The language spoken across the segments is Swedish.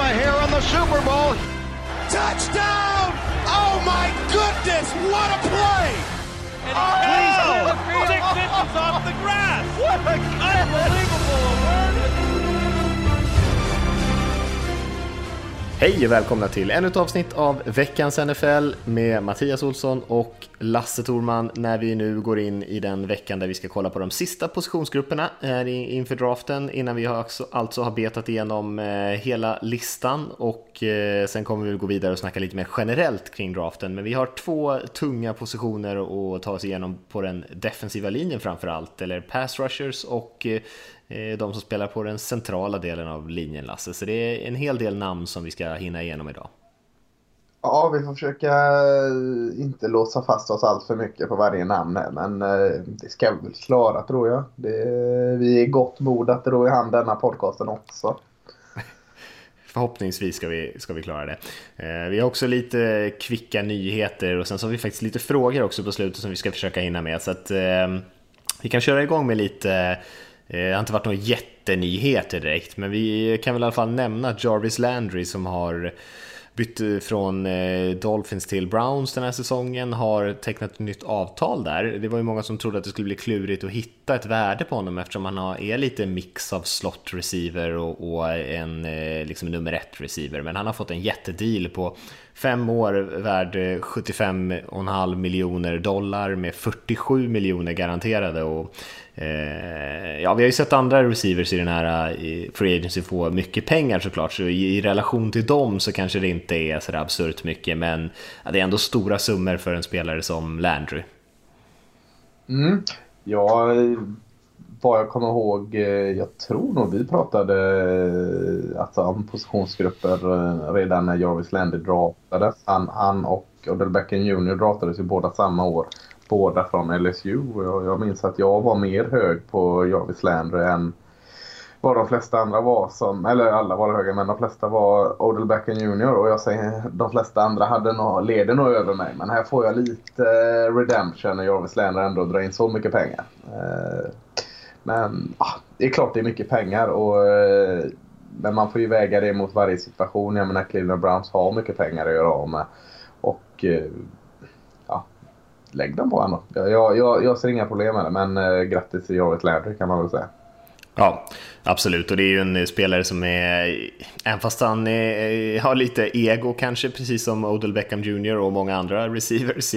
here in the Super Bowl. Touchdown! Oh my goodness, what a play! And he's cleared 6 inches off the grass. What a Unbelievable. Hej och välkomna till ännu ett avsnitt av veckans NFL med Mattias Olsson och Lasse Thorman, när vi nu går in i den veckan där vi ska kolla på de sista positionsgrupperna inför draften, innan vi alltså har betat igenom hela listan, och sen kommer vi gå vidare och snacka lite mer generellt kring draften. Men vi har 2 tunga positioner att ta oss igenom på den defensiva linjen framför allt, eller pass rushers, och de som spelar på den centrala delen av linjen, Lasse. Så det är en hel del namn som vi ska hinna igenom idag. Ja, vi får försöka inte låsa fast oss allt för mycket på varje namn här, men det ska vi väl klara, tror jag. Vi är i gott mod att ro i hand denna podcasten också. Förhoppningsvis ska vi klara det. Vi har också lite kvicka nyheter, och sen så har vi faktiskt lite frågor också på slutet som vi ska försöka hinna med. Så att vi kan köra igång med lite. Det har inte varit några jättenyheter direkt, men vi kan väl i alla fall nämna Jarvis Landry, som har bytt från Dolphins till Browns den här säsongen, har tecknat ett nytt avtal där. Det var ju många som trodde att det skulle bli klurigt att hitta ett värde på honom, eftersom han är lite mix av slot receiver och en liksom nummer 1 receiver. Men han har fått en jättedeal på 5 år värd $75,5 miljoner med 47 miljoner garanterade. Och ja, vi har ju sett andra receivers i den här free agency få mycket pengar såklart, så i relation till dem så kanske det inte är så absurt mycket, men ja, det är ändå stora summor för en spelare som Landry. Ja, vad jag kommer ihåg, jag tror nog vi pratade alltså om positionsgrupper redan när Jarvis Landry draftades. Han och Odell Beckham Jr. draftades ju båda samma år, båda från LSU. Jag minns att jag var mer hög på Jarvis Landry än vad de flesta andra var, eller alla var höga, men de flesta var Odell Beckham Jr. Och jag säger, de flesta andra leder nog över mig, men här får jag lite redemption när Jarvis Landry ändå drar in så mycket pengar. Men det är klart det är mycket pengar, men man får ju väga det mot varje situation. Jag menar, Cleveland Browns har mycket pengar att göra av med, och lägg dem på honom. Jag ser inga problem med det, men grattis till Jarvis Landry, kan man väl säga. Ja, absolut. Och det är ju en spelare som även fast han har lite ego kanske, precis som Odell Beckham Jr. och många andra receivers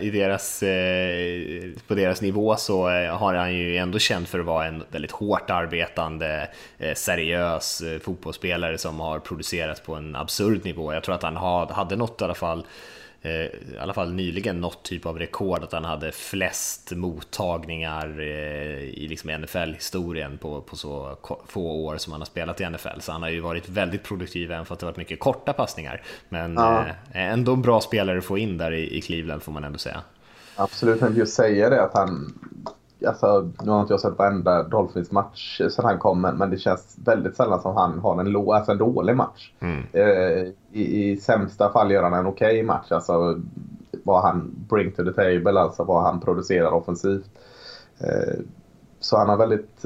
på deras nivå, så har han ju ändå känt för att vara en väldigt hårt arbetande, seriös fotbollsspelare som har producerat på en absurd nivå. Jag tror att han hade något i alla fall nyligen något typ av rekord, att han hade flest mottagningar i liksom NFL-historien på så få år som han har spelat i NFL. Så han har ju varit väldigt produktiv, även för att det har varit mycket korta passningar. Men ändå en bra spelare att få in där i Cleveland, får man ändå säga. Absolut, men just säga det att han... Alltså, nu har inte jag sett varenda Dolphins match så han kommer, men det känns väldigt sällan som han har en dålig match. I sämsta fall gör han en okej match, alltså vad han bring to the table, alltså vad han producerar offensivt. Så han har väldigt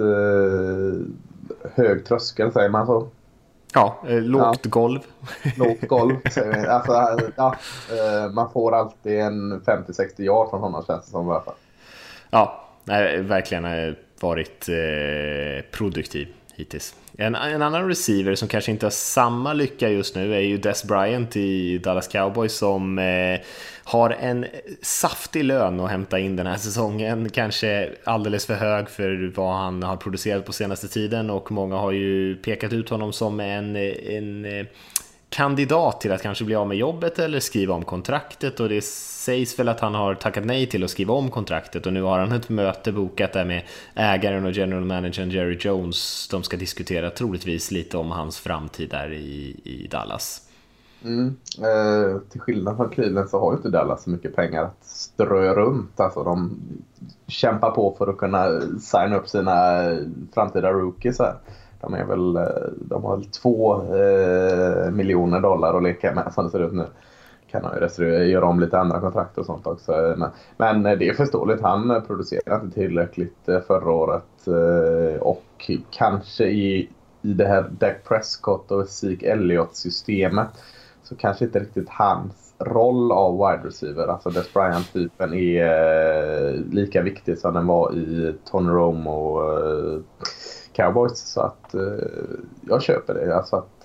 hög tröskel, säger man så. Ja, lågt golv. Lågt golv, säger vi. Alltså, man får alltid en 50-60 yard från honom, känns det som i alla fall. Ja, verkligen har varit produktiv hittills. En annan receiver som kanske inte har samma lycka just nu är ju Dez Bryant i Dallas Cowboys, som har en saftig lön att hämta in den här säsongen. Kanske alldeles för hög för vad han har producerat på senaste tiden, och många har ju pekat ut honom som en kandidat till att kanske bli av med jobbet eller skriva om kontraktet, och det sägs väl att han har tackat nej till att skriva om kontraktet, och nu har han ett möte bokat där med ägaren och general managern Jerry Jones. De ska diskutera troligtvis lite om hans framtid där i Dallas. Till skillnad från Cleveland så har ju inte Dallas så mycket pengar att strö runt. Alltså de kämpar på för att kunna signa upp sina framtida rookies här. De har väl $2 miljoner att leka med, som det ser ut nu. Kan han ju göra om lite andra kontrakt och sånt också. Men det är förståeligt. Han producerade inte tillräckligt förra året. Och kanske i i det här Dak Prescott och Zeke Elliott-systemet så kanske inte riktigt hans roll av wide receiver, alltså Des Bryant-typen, är lika viktig som den var i Tony Romo och Cowboys. Så att jag köper det. Alltså att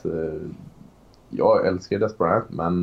jag älskar Des Bryant, men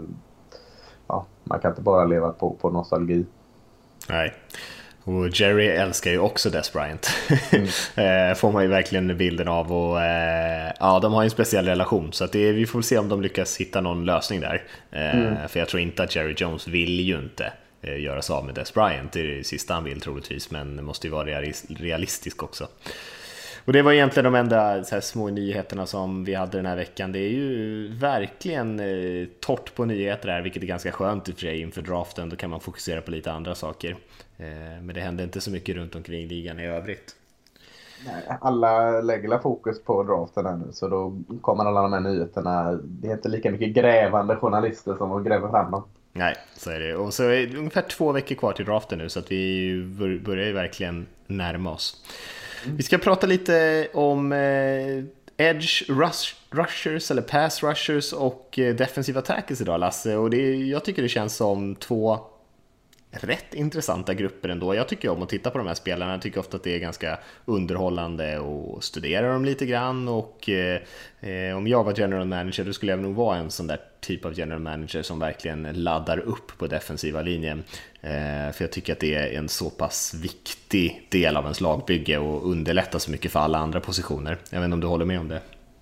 ja, man kan inte bara leva på nostalgi. Nej. Och Jerry älskar ju också Des Bryant. Får man ju verkligen bilden av. Och ja, de har ju en speciell relation. Så att vi får se om de lyckas hitta någon lösning där. För jag tror inte att Jerry Jones vill ju inte göra sig av med Des Bryant. Det är det sista han vill troligtvis. Men det måste ju vara realistisk också. Och det var egentligen de enda så här små nyheterna som vi hade den här veckan. Det är ju verkligen torrt på nyheter här, vilket är ganska skönt i och för sig inför draften. Då kan man fokusera på lite andra saker. Men det händer inte så mycket runt omkring ligan i övrigt. Nej, alla lägger fokus på draften här nu, så då kommer alla de här nyheterna. Det är inte lika mycket grävande journalister som gräver fram dem. Nej, så är det. Och så är det ungefär 2 veckor kvar till draften nu, så att vi börjar ju verkligen närma oss. Vi ska prata lite om edge rushers eller pass rushers och defensiva tackles idag, Lasse. Och jag tycker det känns som 2 rätt intressanta grupper ändå. Jag tycker om att titta på de här spelarna. Jag tycker ofta att det är ganska underhållande och studera dem lite grann. Och om jag var general manager, då skulle jag nog vara en sån där typ av general manager som verkligen laddar upp på defensiva linjen. För jag tycker att det är en så pass viktig del av ens lagbygge och underlättar så mycket för alla andra positioner. Jag vet inte om du håller med om det?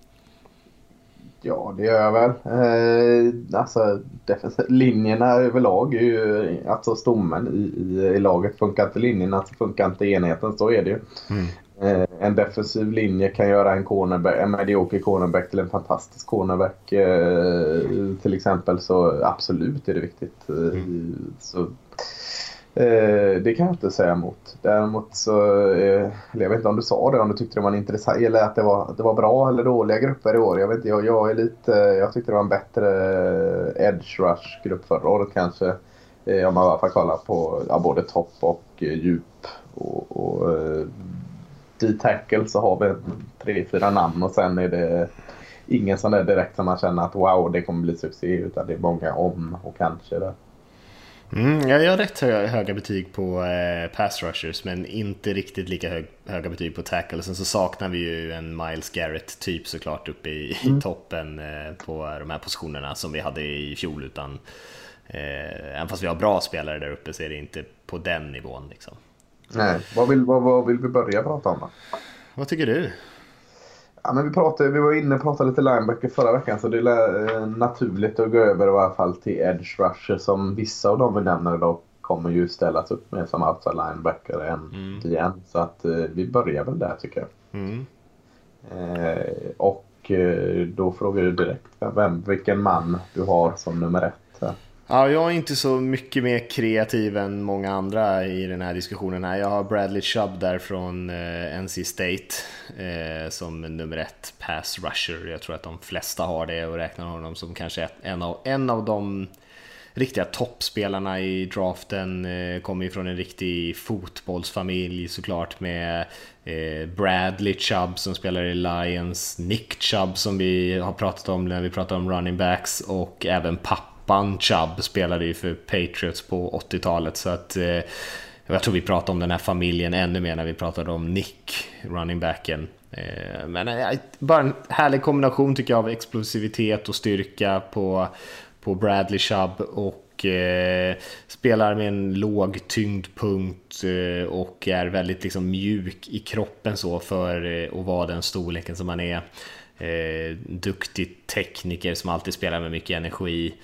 Ja, det gör jag väl. Alltså, linjerna överlag är ju, alltså stommen i laget. Funkar inte linjerna, alltså funkar inte enheten, så är det ju. En defensiv linje kan göra en medioker cornerback till en fantastisk cornerback till exempel, så absolut är det viktigt. Så det kan jag inte säga emot. Däremot så jag vet inte om du sa det, om du tyckte det var en intressant eller att det var bra eller dåliga grupper i år. Jag vet inte, jag tyckte det var en bättre edge rush grupp förra året kanske, om man bara kollar på både topp och djup och D-tackle, så har vi 3-4 namn och sen är det ingen sån där direkt som man känner att wow, det kommer bli succé, utan det är många om och kanske det. Jag har rätt höga betyg på pass rushers, men inte riktigt lika höga betyg på tackle. Sen så saknar vi ju en Myles Garrett typ såklart uppe i toppen på de här positionerna som vi hade i fjol, utan även fast vi har bra spelare där uppe så är det inte på den nivån liksom. Nej, vad vill vi börja prata om då? Vad tycker du? Ja, men vi var inne och pratade lite linebacker förra veckan, så det är naturligt att gå över i alla fall till edge rusher, som vissa av dem vi nämner då kommer ju ställas upp med som outside linebacker igen. Så att vi börjar väl där tycker jag. Och då frågar du direkt vilken man du har som nummer 1. Ja, jag är inte så mycket mer kreativ än många andra i den här diskussionen här. Jag har Bradley Chubb där från NC State som nummer 1 pass rusher. Jag tror att de flesta har det och räknar honom som kanske en av de riktiga toppspelarna i draften. Kommer ju från en riktig fotbollsfamilj såklart, med Bradley Chubb som spelar i Lions, Nick Chubb som vi har pratat om när vi pratar om running backs, och även pappan Chubb spelade ju för Patriots på 80-talet. Så att jag tror vi pratade om den här familjen ännu mer när vi pratade om Nick, running backen. Men bara en härlig kombination tycker jag av explosivitet och styrka på Bradley Chubb, och spelar med en låg tyngdpunkt och är väldigt liksom mjuk i kroppen så för att vara den storleken som man är. Duktig tekniker som alltid spelar med mycket energi.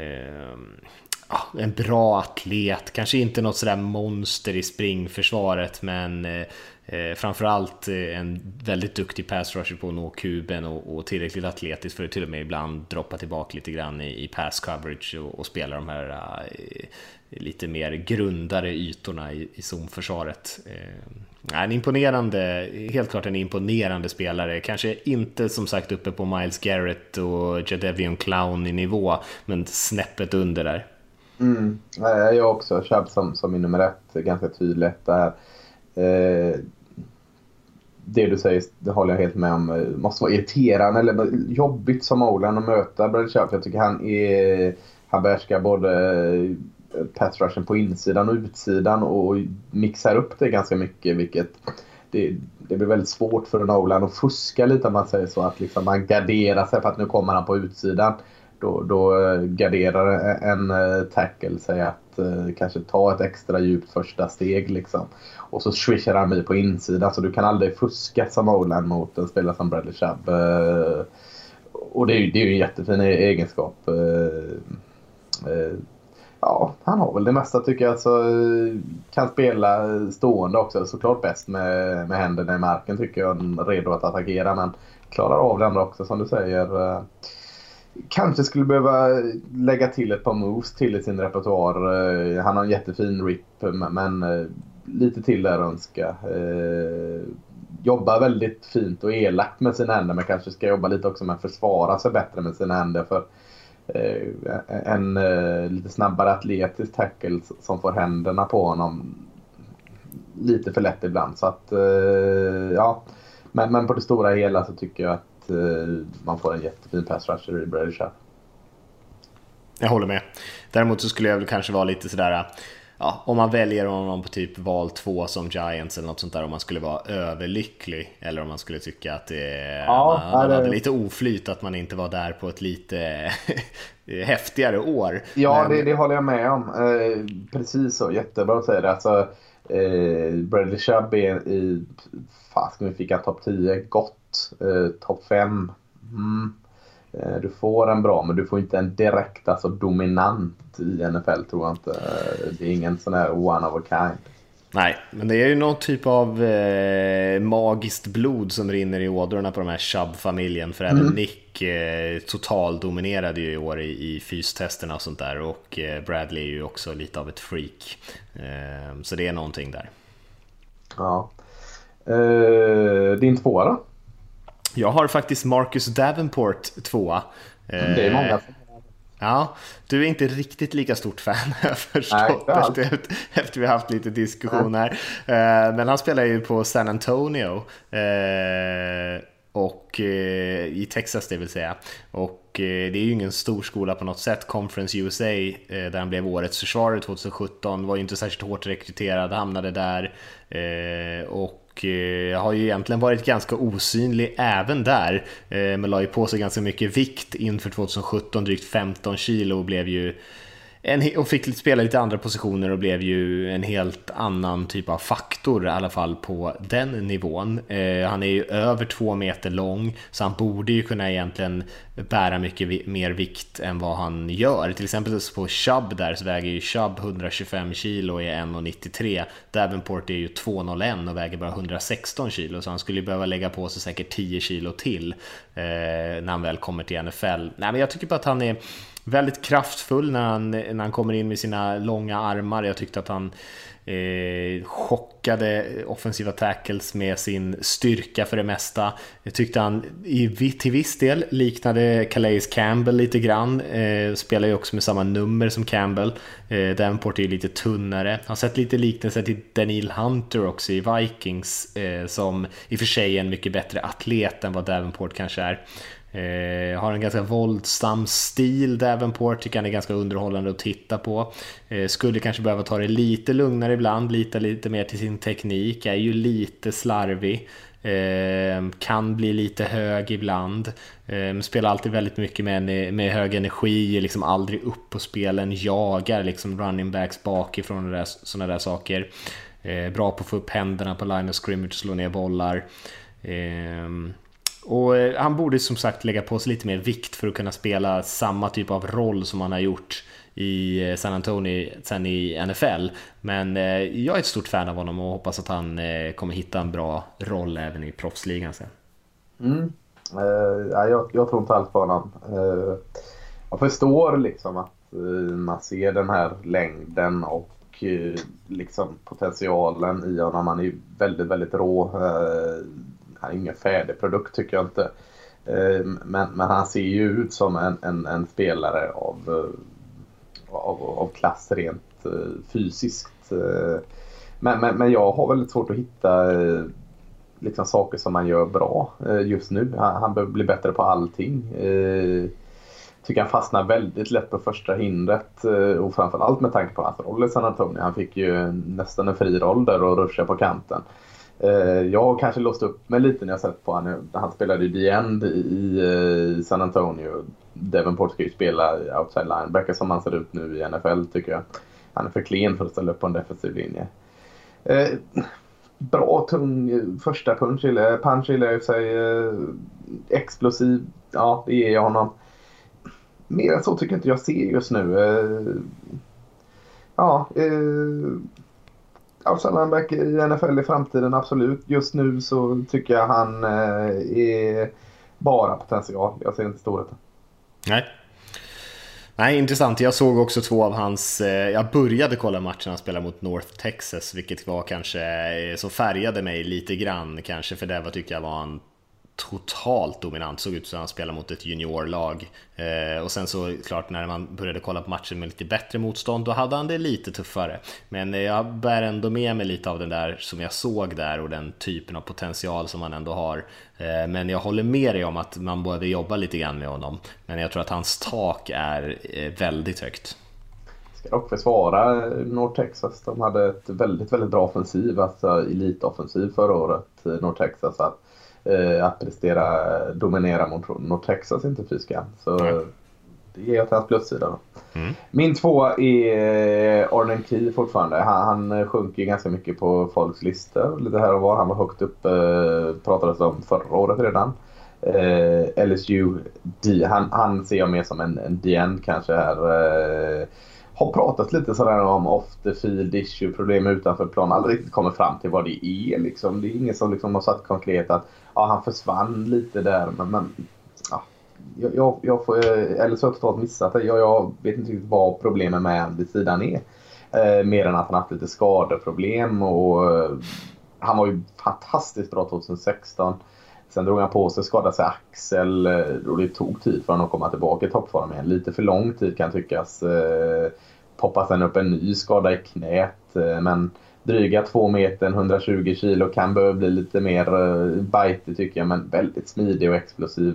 En bra atlet, kanske inte något sådär monster i springförsvaret, men framförallt en väldigt duktig pass rusher på att nå kuben och tillräckligt atletisk för att till och med ibland droppa tillbaka lite grann i pass coverage och spela de här lite mer grundare ytorna i zonförsvaret. Helt klart en imponerande spelare. Kanske inte som sagt uppe på Myles Garrett och Jadeveon Clown i nivå, men snäppet under där. Jag också Chubb som min nummer 1, ganska tydligt där. det du säger, det håller jag helt med om. Det måste vara irriterande eller jobbigt som Olan att möta Bradley Chubb. Jag tycker han behärskar både pass rushen på insidan och utsidan och mixar upp det ganska mycket, vilket det blir väldigt svårt för Nolan att fuska lite om man säger så, att liksom man garderar sig för att nu kommer han på utsidan. Då garderar en tackle sig att kanske ta ett extra djupt första steg liksom. Och så swishar han mig på insidan, så du kan aldrig fuska som Nolan mot en spelare som Bradley Chubb. Och det är ju en jättefin egenskap. Ja, han har väl det mesta tycker jag. Så kan spela stående också. Såklart bäst med händerna i marken tycker jag. Redo att attackera, men klarar av det andra också som du säger. Kanske skulle behöva lägga till ett par moves till i sin repertoar. Han har en jättefin rip, men lite till där önska. Jobbar väldigt fint och elakt med sina händer, men kanske ska jobba lite också med att försvara sig bättre med sina händer, för en lite snabbare atletisk tackle som får händerna på honom lite för lätt ibland. Så att ja, men på det stora hela så tycker jag att man får en jättefin pass rusher i Bradley Chubb. Jag håller med. Däremot så skulle jag väl kanske vara lite sådär, ja, om man väljer honom på typ val 2 som Giants eller något sånt där, om man skulle vara överlycklig, eller om man skulle tycka att man hade lite oflyt att man inte var där på ett lite häftigare år. Ja, det håller jag med om. Precis så, jättebra att säga det. Alltså, Bradley Chubb är i vi fick en topp 10 gott, topp 5 du får en bra, men du får inte en direkt dominant i NFL, tror jag inte. Det är ingen sån här one of a kind. Nej, men det är ju någon typ av magiskt blod som rinner i ådrorna på de här Chubb-familjen, för även Nick total dominerade ju i år i fystesterna och sånt där, och Bradley är ju också lite av ett freak, så det är någonting där. Ja. Din tvåa då? Jag har faktiskt Marcus Davenport tvåa. Det är många. Ja, du är inte riktigt lika stort fan, jag förstått, efter vi har haft lite diskussioner. Men han spelar ju på San Antonio och i Texas, det vill säga. Och det är ju ingen stor skola på något sätt. Conference USA, där han blev årets försvarare 2017, var ju inte särskilt hårt rekryterad, hamnade där och har ju egentligen varit ganska osynlig även där, men la ju på sig ganska mycket vikt inför 2017, drygt 15 kilo, och blev ju och fick spela lite andra positioner och blev ju en helt annan typ av faktor, i alla fall på den nivån. Han är ju över 2 meter lång, så han borde ju kunna egentligen bära mycket mer vikt än vad han gör. Till exempel på Chubb där, så väger ju Chubb 125 kilo och är 1,93. Davenport är ju 2,01 och väger bara 116 kilo, så han skulle ju behöva lägga på sig säkert 10 kilo till när han väl kommer till NFL. Nej, men jag tycker bara att han är väldigt kraftfull när han kommer in med sina långa armar. Jag tyckte att han chockade offensiva tackles med sin styrka för det mesta. Jag tyckte han till viss del liknade Calais Campbell lite grann. Spelar ju också med samma nummer som Campbell. Davenport är ju lite tunnare. Han har sett lite liknelse till Daniel Hunter också i Vikings, som i och för sig är en mycket bättre atlet än vad Davenport kanske är. Har en ganska våldsam stil. Davenport tycker han är ganska underhållande att titta på. Skulle kanske behöva ta det lite lugnare ibland, lite mer till sin teknik. Är ju lite slarvig, kan bli lite hög ibland, spelar alltid väldigt mycket med hög energi, liksom aldrig upp på spelen, jagar liksom running backs bakifrån, sådana där saker. Bra på att få upp händerna på line of scrimmage, slå ner bollar. Och han borde som sagt lägga på sig lite mer vikt för att kunna spela samma typ av roll som han har gjort i San Antonio sen i NFL. Men jag är ett stort fan av honom och hoppas att han kommer hitta en bra roll även i proffsligan sen. Jag tror inte alls på honom. Jag förstår liksom att man ser den här längden och liksom potentialen i honom. Han är ju väldigt, väldigt rå. Han är ingen färdig produkt tycker jag inte. Men han ser ju ut som en spelare av klass rent fysiskt. Men jag har väldigt svårt att hitta liksom saker som man gör bra just nu. Han behöver bli bättre på allting. Tycker han fastnar väldigt lätt på första hindret och framförallt med tanke på hans roll i San Antonio. Han fick ju nästan en fri roll där och ruscha på kanten. Jag har kanske låst upp mig lite när jag sett på han. Han spelade ju the end i San Antonio. Davenport ska ju spela outside linebacker som han ser ut nu i NFL tycker jag. Han är för klen för att ställa upp på en defensiv linje. Bra tung första punch gillar jag sig. Explosiv, ja det ger jag honom. Mer än så tycker jag inte jag ser just nu. Outside linebacker i NFL i framtiden, absolut. Just nu så tycker jag han är bara potential. Jag ser inte storheten. Nej, intressant. Jag såg också 2 av hans... Jag började kolla matchen han spelade mot North Texas, vilket var kanske så färgade mig lite grann kanske, för det tyckte jag var en totalt dominant, såg ut som han spelade mot ett juniorlag. Och sen så klart när man började kolla på matchen med lite bättre motstånd, då hade han det lite tuffare. Men jag bär ändå med mig lite av den där som jag såg där och den typen av potential som han ändå har. Men jag håller med dig om att man borde jobba lite grann med honom. Men jag tror att hans tak är väldigt högt. Ska dock försvara North Texas. De hade ett väldigt, väldigt bra offensiv, alltså elitoffensiv förra året, North Texas, att dominera mot North Texas inte fyska. Så det ger jag till hans plussida då. Min 2 är Arden Key fortfarande. Han sjunker ganska mycket på folks listor lite här och var. Han var högt upp, pratades om förra året redan. LSU han ser jag mer som en DN kanske här. Har pratat lite sådär om off the field issue, problem utanför plan, aldrig riktigt kommer fram till vad det är liksom. Det är ingen som liksom har sagt konkret att han försvann lite där, men jag får, eller så har jag totalt missat det. Jag vet inte riktigt vad problemen med vid sidan är, mer än att han haft lite skadeproblem och han var ju fantastiskt bra 2016. Sen drog han på sig, skadade sig axel och det tog tid för honom att komma tillbaka i toppform igen. Lite för lång tid kan tyckas. Poppas sen upp en ny skada i knät. Men dryga 2 meter, 120 kilo kan behöva bli lite mer bite tycker jag. Men väldigt smidig och explosiv.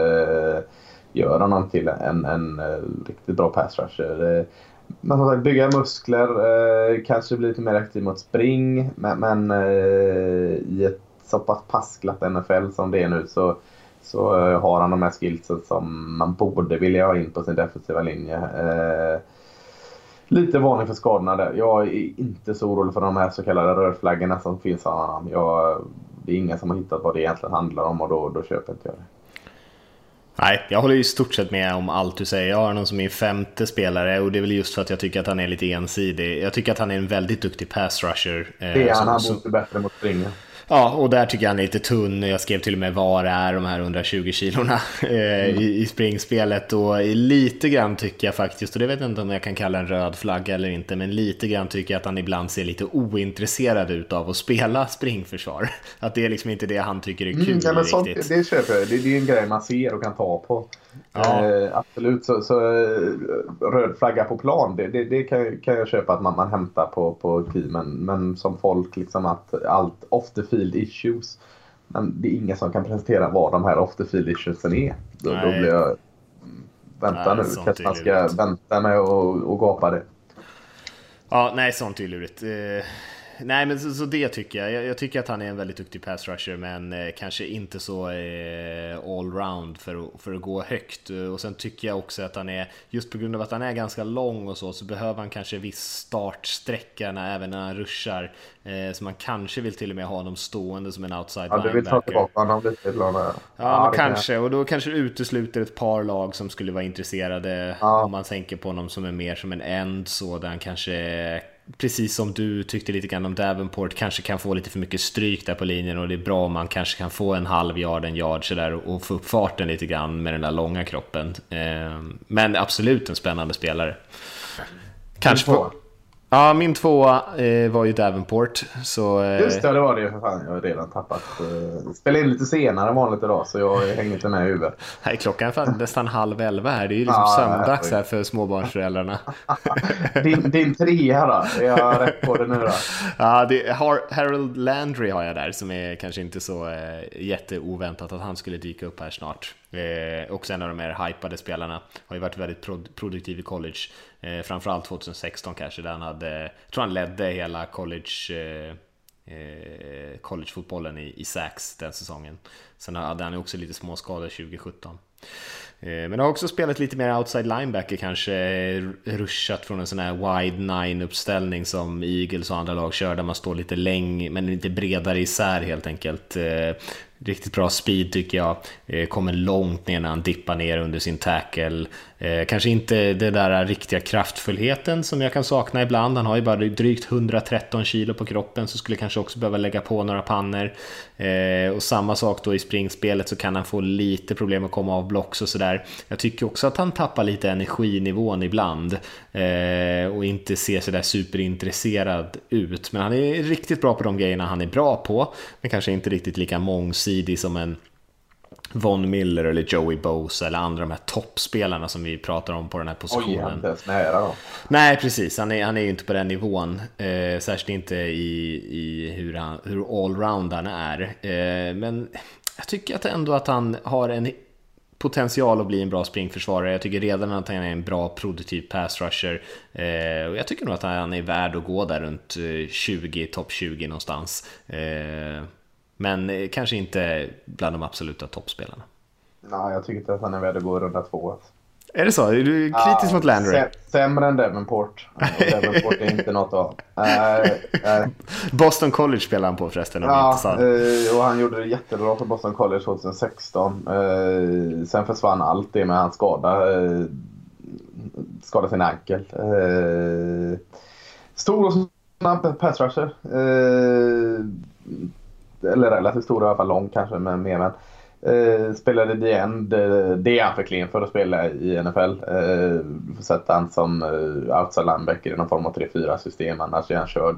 Gör honom till en riktigt bra pass rusher. Man har sagt bygga muskler, kanske bli lite mer aktiv mot spring. Men i ett så pass passglatt NFL som det är nu så har han de här skillsen som man borde vilja ha in på sin defensiva linje. Lite varning för skadorna där. Jag är inte så orolig för de här så kallade rödflaggorna som finns. Det är ingen som har hittat vad det egentligen handlar om och då köper inte jag det. Nej, jag håller i stort sett med om allt du säger. Jag har någon som min 5:e spelare och det är väl just för att jag tycker att han är lite ensidig. Jag tycker att han är en väldigt duktig pass rusher. Det är han borde bättre mot springen. Ja, och där tycker jag han är lite tunn. Jag skrev till och med var är de här 120 kilorna i springspelet. Och lite grann tycker jag faktiskt, och det vet jag inte om jag kan kalla en röd flagga eller inte, men lite grann tycker jag att han ibland ser lite ointresserad ut av att spela springförsvar. Att det är liksom inte det han tycker är kul riktigt. Sånt, det köper jag. Det är en grej man ser och kan ta på. Ja. Absolut, så röd flagga på plan, det kan jag köpa att man hämtar på teamen. Men som folk liksom att allt off the field issues, men det är ingen som kan presentera vad de här off the field issuesen är. Då blir jag vänta nu, kanske man ska vänta med och gapa det. Ja, nej, sånt är lurigt. Nej, men så det tycker jag tycker att han är en väldigt duktig pass rusher, men kanske inte så allround för att gå högt. Och sen tycker jag också att han är, just på grund av att han är ganska lång och så behöver han kanske viss startsträcka även när han ruschar, så man kanske vill till och med ha honom stående som en outside linebacker. Du vill ta tillbaka honom lite ibland. Ja, men kanske, och då kanske det utesluter ett par lag som skulle vara intresserade om man tänker på honom som är mer som en end, så där han kanske, precis som du tyckte lite grann om Davenport, kanske kan få lite för mycket stryk där på linjen, och det är bra om man kanske kan få en halv yard, en yard så där, och få upp farten lite grann med den där långa kroppen. Men absolut en spännande spelare. Kanske Ja, min 2 var ju Davenport. Så, Just det var det för fan. Jag har redan tappat. Spelade in lite senare än vanligt idag så jag hänger inte med i huvudet. Nej, klockan är nästan 10:30 här. Det är ju liksom söndags här för småbarnsföräldrarna. din 3 då? Är jag rätt på det nu då? Ja, Harold Landry har jag där, som är kanske inte så jätteoväntat att han skulle dyka upp här snart. Också en av de mer hypade spelarna. Har ju varit väldigt produktiv i college. Framförallt 2016 kanske, där jag tror han ledde hela collegefotbollen i sacks den säsongen. Sen hade han också lite småskador 2017. Men har också spelat lite mer outside linebacker, kanske ruschat från en sån här wide nine uppställning som Eagles och andra lag kör, där man står lite längre men lite bredare isär helt enkelt. Riktigt bra speed tycker jag. Kommer långt ner när han dippar ner under sin tackle. Kanske inte det där riktiga kraftfullheten som jag kan sakna ibland. Han har ju bara drygt 113 kilo på kroppen, så skulle kanske också behöva lägga på några pannor. Och samma sak då i springspelet, så kan han få lite problem att komma av blocks och sådär. Jag tycker också att han tappar lite energinivån ibland och inte ser sådär superintresserad ut. Men han är riktigt bra på de grejerna han är bra på, men kanske inte riktigt lika mångsidig som en Von Miller eller Joey Bosa eller andra de här toppspelarna som vi pratar om på den här positionen. Nej, precis. Han är ju inte på den nivån. Särskilt inte i hur allround han är. Men jag tycker att ändå att han har en potential att bli en bra springförsvarare. Jag tycker redan att han är en bra produktiv pass rusher. Och jag tycker nog att han är värd att gå där runt 20, topp 20 någonstans. Men kanske inte bland de absoluta toppspelarna. Nej, jag tycker inte att han är värd att gå runda 2. Är det så? Är du kritisk mot Landry? Sämre än Davenport. Davenport är inte något av. Boston College spelar han på förresten. Och han gjorde det jättebra för Boston College 2016. Sen försvann allt det med hans skadade sin ankel. Stor och snabb pass rusher. Eller relativt stor, i alla fall lång kanske, men mer. Spelade DN, det är han för klen för att spela i NFL. Du får sätta han som outside linebacker i någon form av 3-4 system, annars är han körd.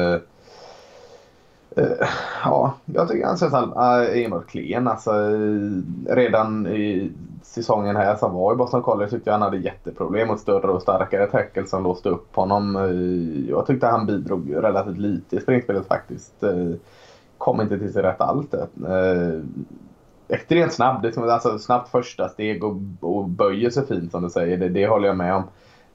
Jag tycker han känns enbart klen. Alltså, redan i säsongen här som var i Boston College tyckte jag han hade jätteproblem mot större och starkare tackle som låste upp honom. Jag tyckte han bidrog relativt lite i springspelet faktiskt. Kom inte till sig rätt allt. Extremt snabb, alltså snabbt första steg och böjer sig fint som du säger, det håller jag med om.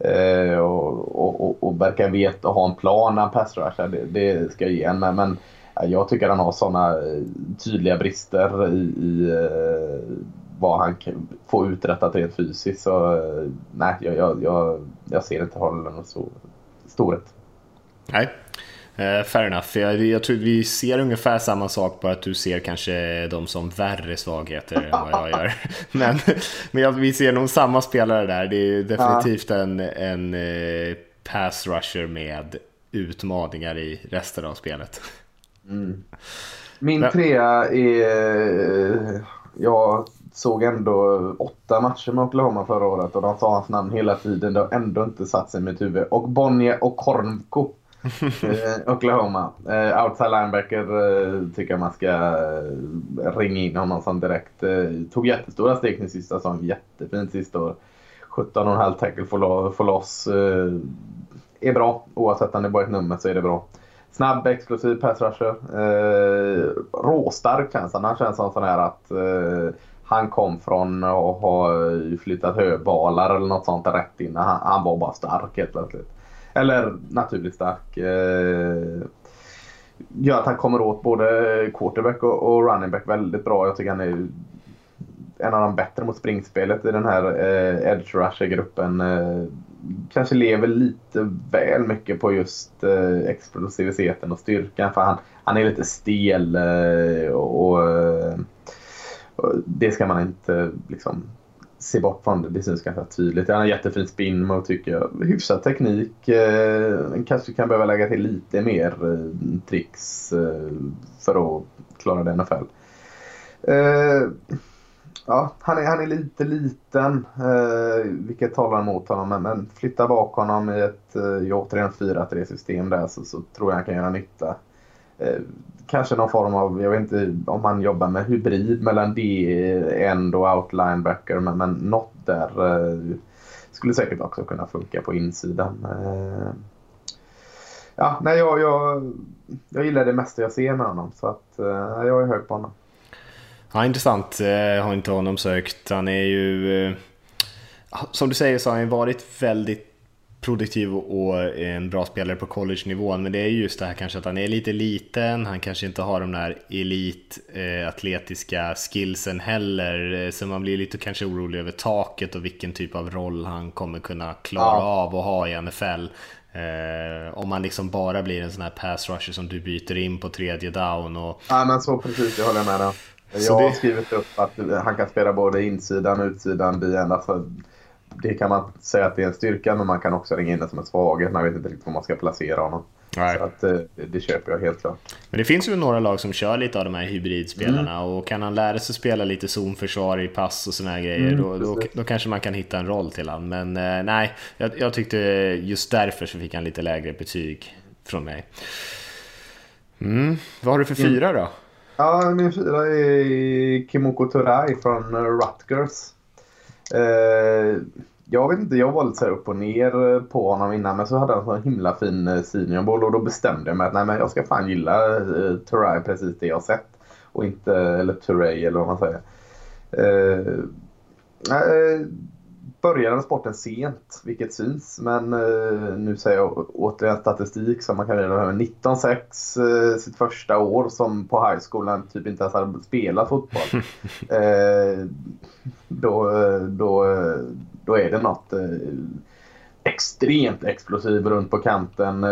Och verkar veta och ha en plan när han passrushar, det ska jag ge en, men jag tycker han har sådana tydliga brister i vad han kan få uträttat rent fysiskt, så nej, jag ser inte hållen så storhet. Nej. Fair enough. Jag tror vi ser ungefär samma sak, bara att du ser kanske de som värre svagheter än vad jag gör. Men vi ser nog samma spelare där. Det är definitivt en pass rusher med utmaningar i resten av spelet. Min 3 är... Jag såg ändå 8 matcher med Oklahoma förra året och de sa hans namn hela tiden. Det har ändå inte satt sig i mitt huvud. Och Bonnie och Kornko. Oklahoma. Outside linebacker tycker jag man ska ringa in honom som direkt. Tog jättestora steg till sista säsongen. Jättefint sista år. 17,5 tackle för loss. Är bra. Oavsett om det bara är ett nummer så är det bra. Snabb, explosiv pass rusher. Råstark känns han. Han känns som sån här att han kom från att ha flyttat höbalar eller något sånt rätt in. Han var bara stark helt plötsligt. Eller naturligt stark. Gör att han kommer åt både quarterback och running back väldigt bra. Jag tycker han är en av de bättre mot springspelet i den här edge rusher-gruppen. Kanske lever lite väl mycket på just explosiviteten och styrkan. För han är lite stel och det ska man inte liksom se bort från. Det syns ganska tydligt. Han har jättefin spin mot, tycker jag. Hyfsad teknik. Kanske kan behöva lägga till lite mer tricks för att klara det NFL. Ja, han är lite liten, vilket talar emot honom. Men flytta bak honom i ett återigen 4-3-system där så tror jag han kan göra nytta. Kanske någon form av, jag vet inte om han jobbar med hybrid mellan D-end och outlinebacker, men något där skulle säkert också kunna funka på insidan. Ja, nej, jag gillar det mesta jag ser med honom, så att jag är hög på honom. Ja, intressant. Jag har inte honom sökt. Han är ju, som du säger, så har han varit väldigt produktiv och en bra spelare på college-nivån, men det är just det här kanske att han är lite liten, han kanske inte har de där atletiska skillsen heller, så man blir lite kanske orolig över taket och vilken typ av roll han kommer kunna klara av att ha i NFL. Om man liksom bara blir en sån här pass rusher som du byter in på tredje down och... Ja, men så precis, jag håller med dig. Jag har skrivit upp att han kan spela både insidan, utsidan, D-end. Alltså, det kan man säga att det är en styrka, men man kan också ringa in det som en svaghet. Man vet inte riktigt var man ska placera honom. Nej. Så att, det köper jag helt klart. Men det finns ju några lag som kör lite av de här hybridspelarna, och kan han lära sig spela lite zonförsvar i pass och såna här grejer, då kanske man kan hitta en roll till han. Men nej, jag tyckte just därför så fick han lite lägre betyg från mig. Vad har du för 4 då? Ja, min 4 är Kemoko Turay från Rutgers. Jag vet inte, jag var lite så här upp och ner på honom innan, men så hade han en himla fin senior bowl, och då bestämde jag mig att nej, men jag ska fan gilla Turay, precis det jag har sett, och inte, eller Turay eller vad man säger. Började sporten sent, vilket syns, men nu säger jag återigen statistik som man kan reda med 19-6 sitt första år, som på high school han typ inte ens hade spelat fotboll. Då är det något extremt explosiv runt på kanten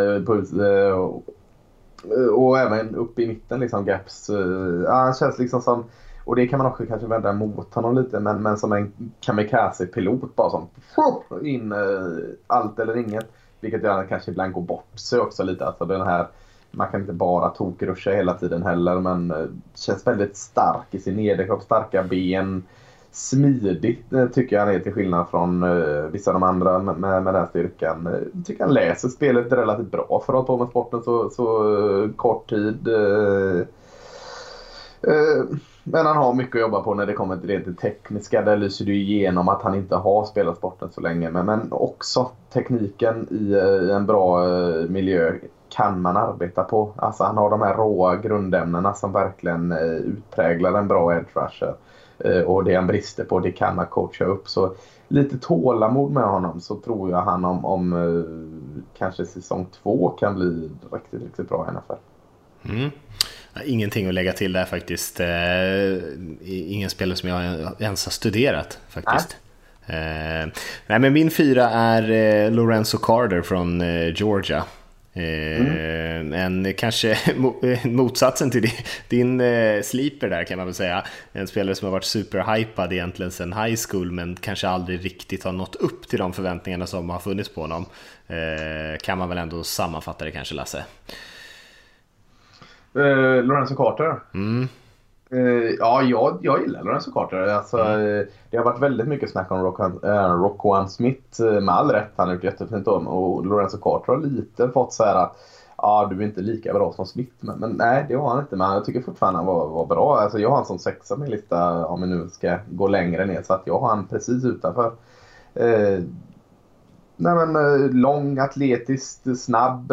och även upp i mitten liksom gaps. Han känns liksom som, och det kan man också kanske vända mot honom lite, men som en kamikaze-pilot bara som in allt eller inget, vilket jag kanske ibland går bort sig också lite. Alltså den här, man kan inte bara tokruscha hela tiden heller, men känns väldigt stark i sin nederkropp, starka ben, smidig tycker jag han är, till skillnad från vissa av de andra med den styrkan. Tycker han läser spelet relativt bra för att ha på med sporten så kort tid. Men han har mycket att jobba på när det kommer till det tekniska. Där lyser det igenom att han inte har spelat sporten så länge. Men också tekniken i en bra miljö kan man arbeta på. Alltså han har de här råa grundämnena som verkligen utpräglar en bra edge rusher. Och det han brister på, det kan man coacha upp. Så lite tålamod med honom, så tror jag han om kanske säsong 2 kan bli riktigt, riktigt bra i NFL. Ingenting att lägga till där faktiskt. Ingen spelare som jag ens har studerat faktiskt. Nej, men min 4 är Lorenzo Carter från Georgia. Men kanske motsatsen till din sleeper där, kan man väl säga. En spelare som har varit superhypad egentligen sedan high school, men kanske aldrig riktigt har nått upp till de förväntningarna som har funnits på honom. Kan man väl ändå sammanfatta det kanske, Lasse? Lorenzo Carter. Ja, jag gillar Lorenzo Carter. Alltså, det har varit väldigt mycket snack om Roquan Smith, med all rätt. Han har gjort jättefint om. Och Lorenzo Carter har lite fått så här att du är inte lika bra som Smith. Men nej, det var han inte. Men jag tycker fortfarande han var bra. Alltså, jag har han som 6 på min lista, om vi nu ska gå längre ner. Så att jag har han precis utanför. Lång, atletiskt, snabb.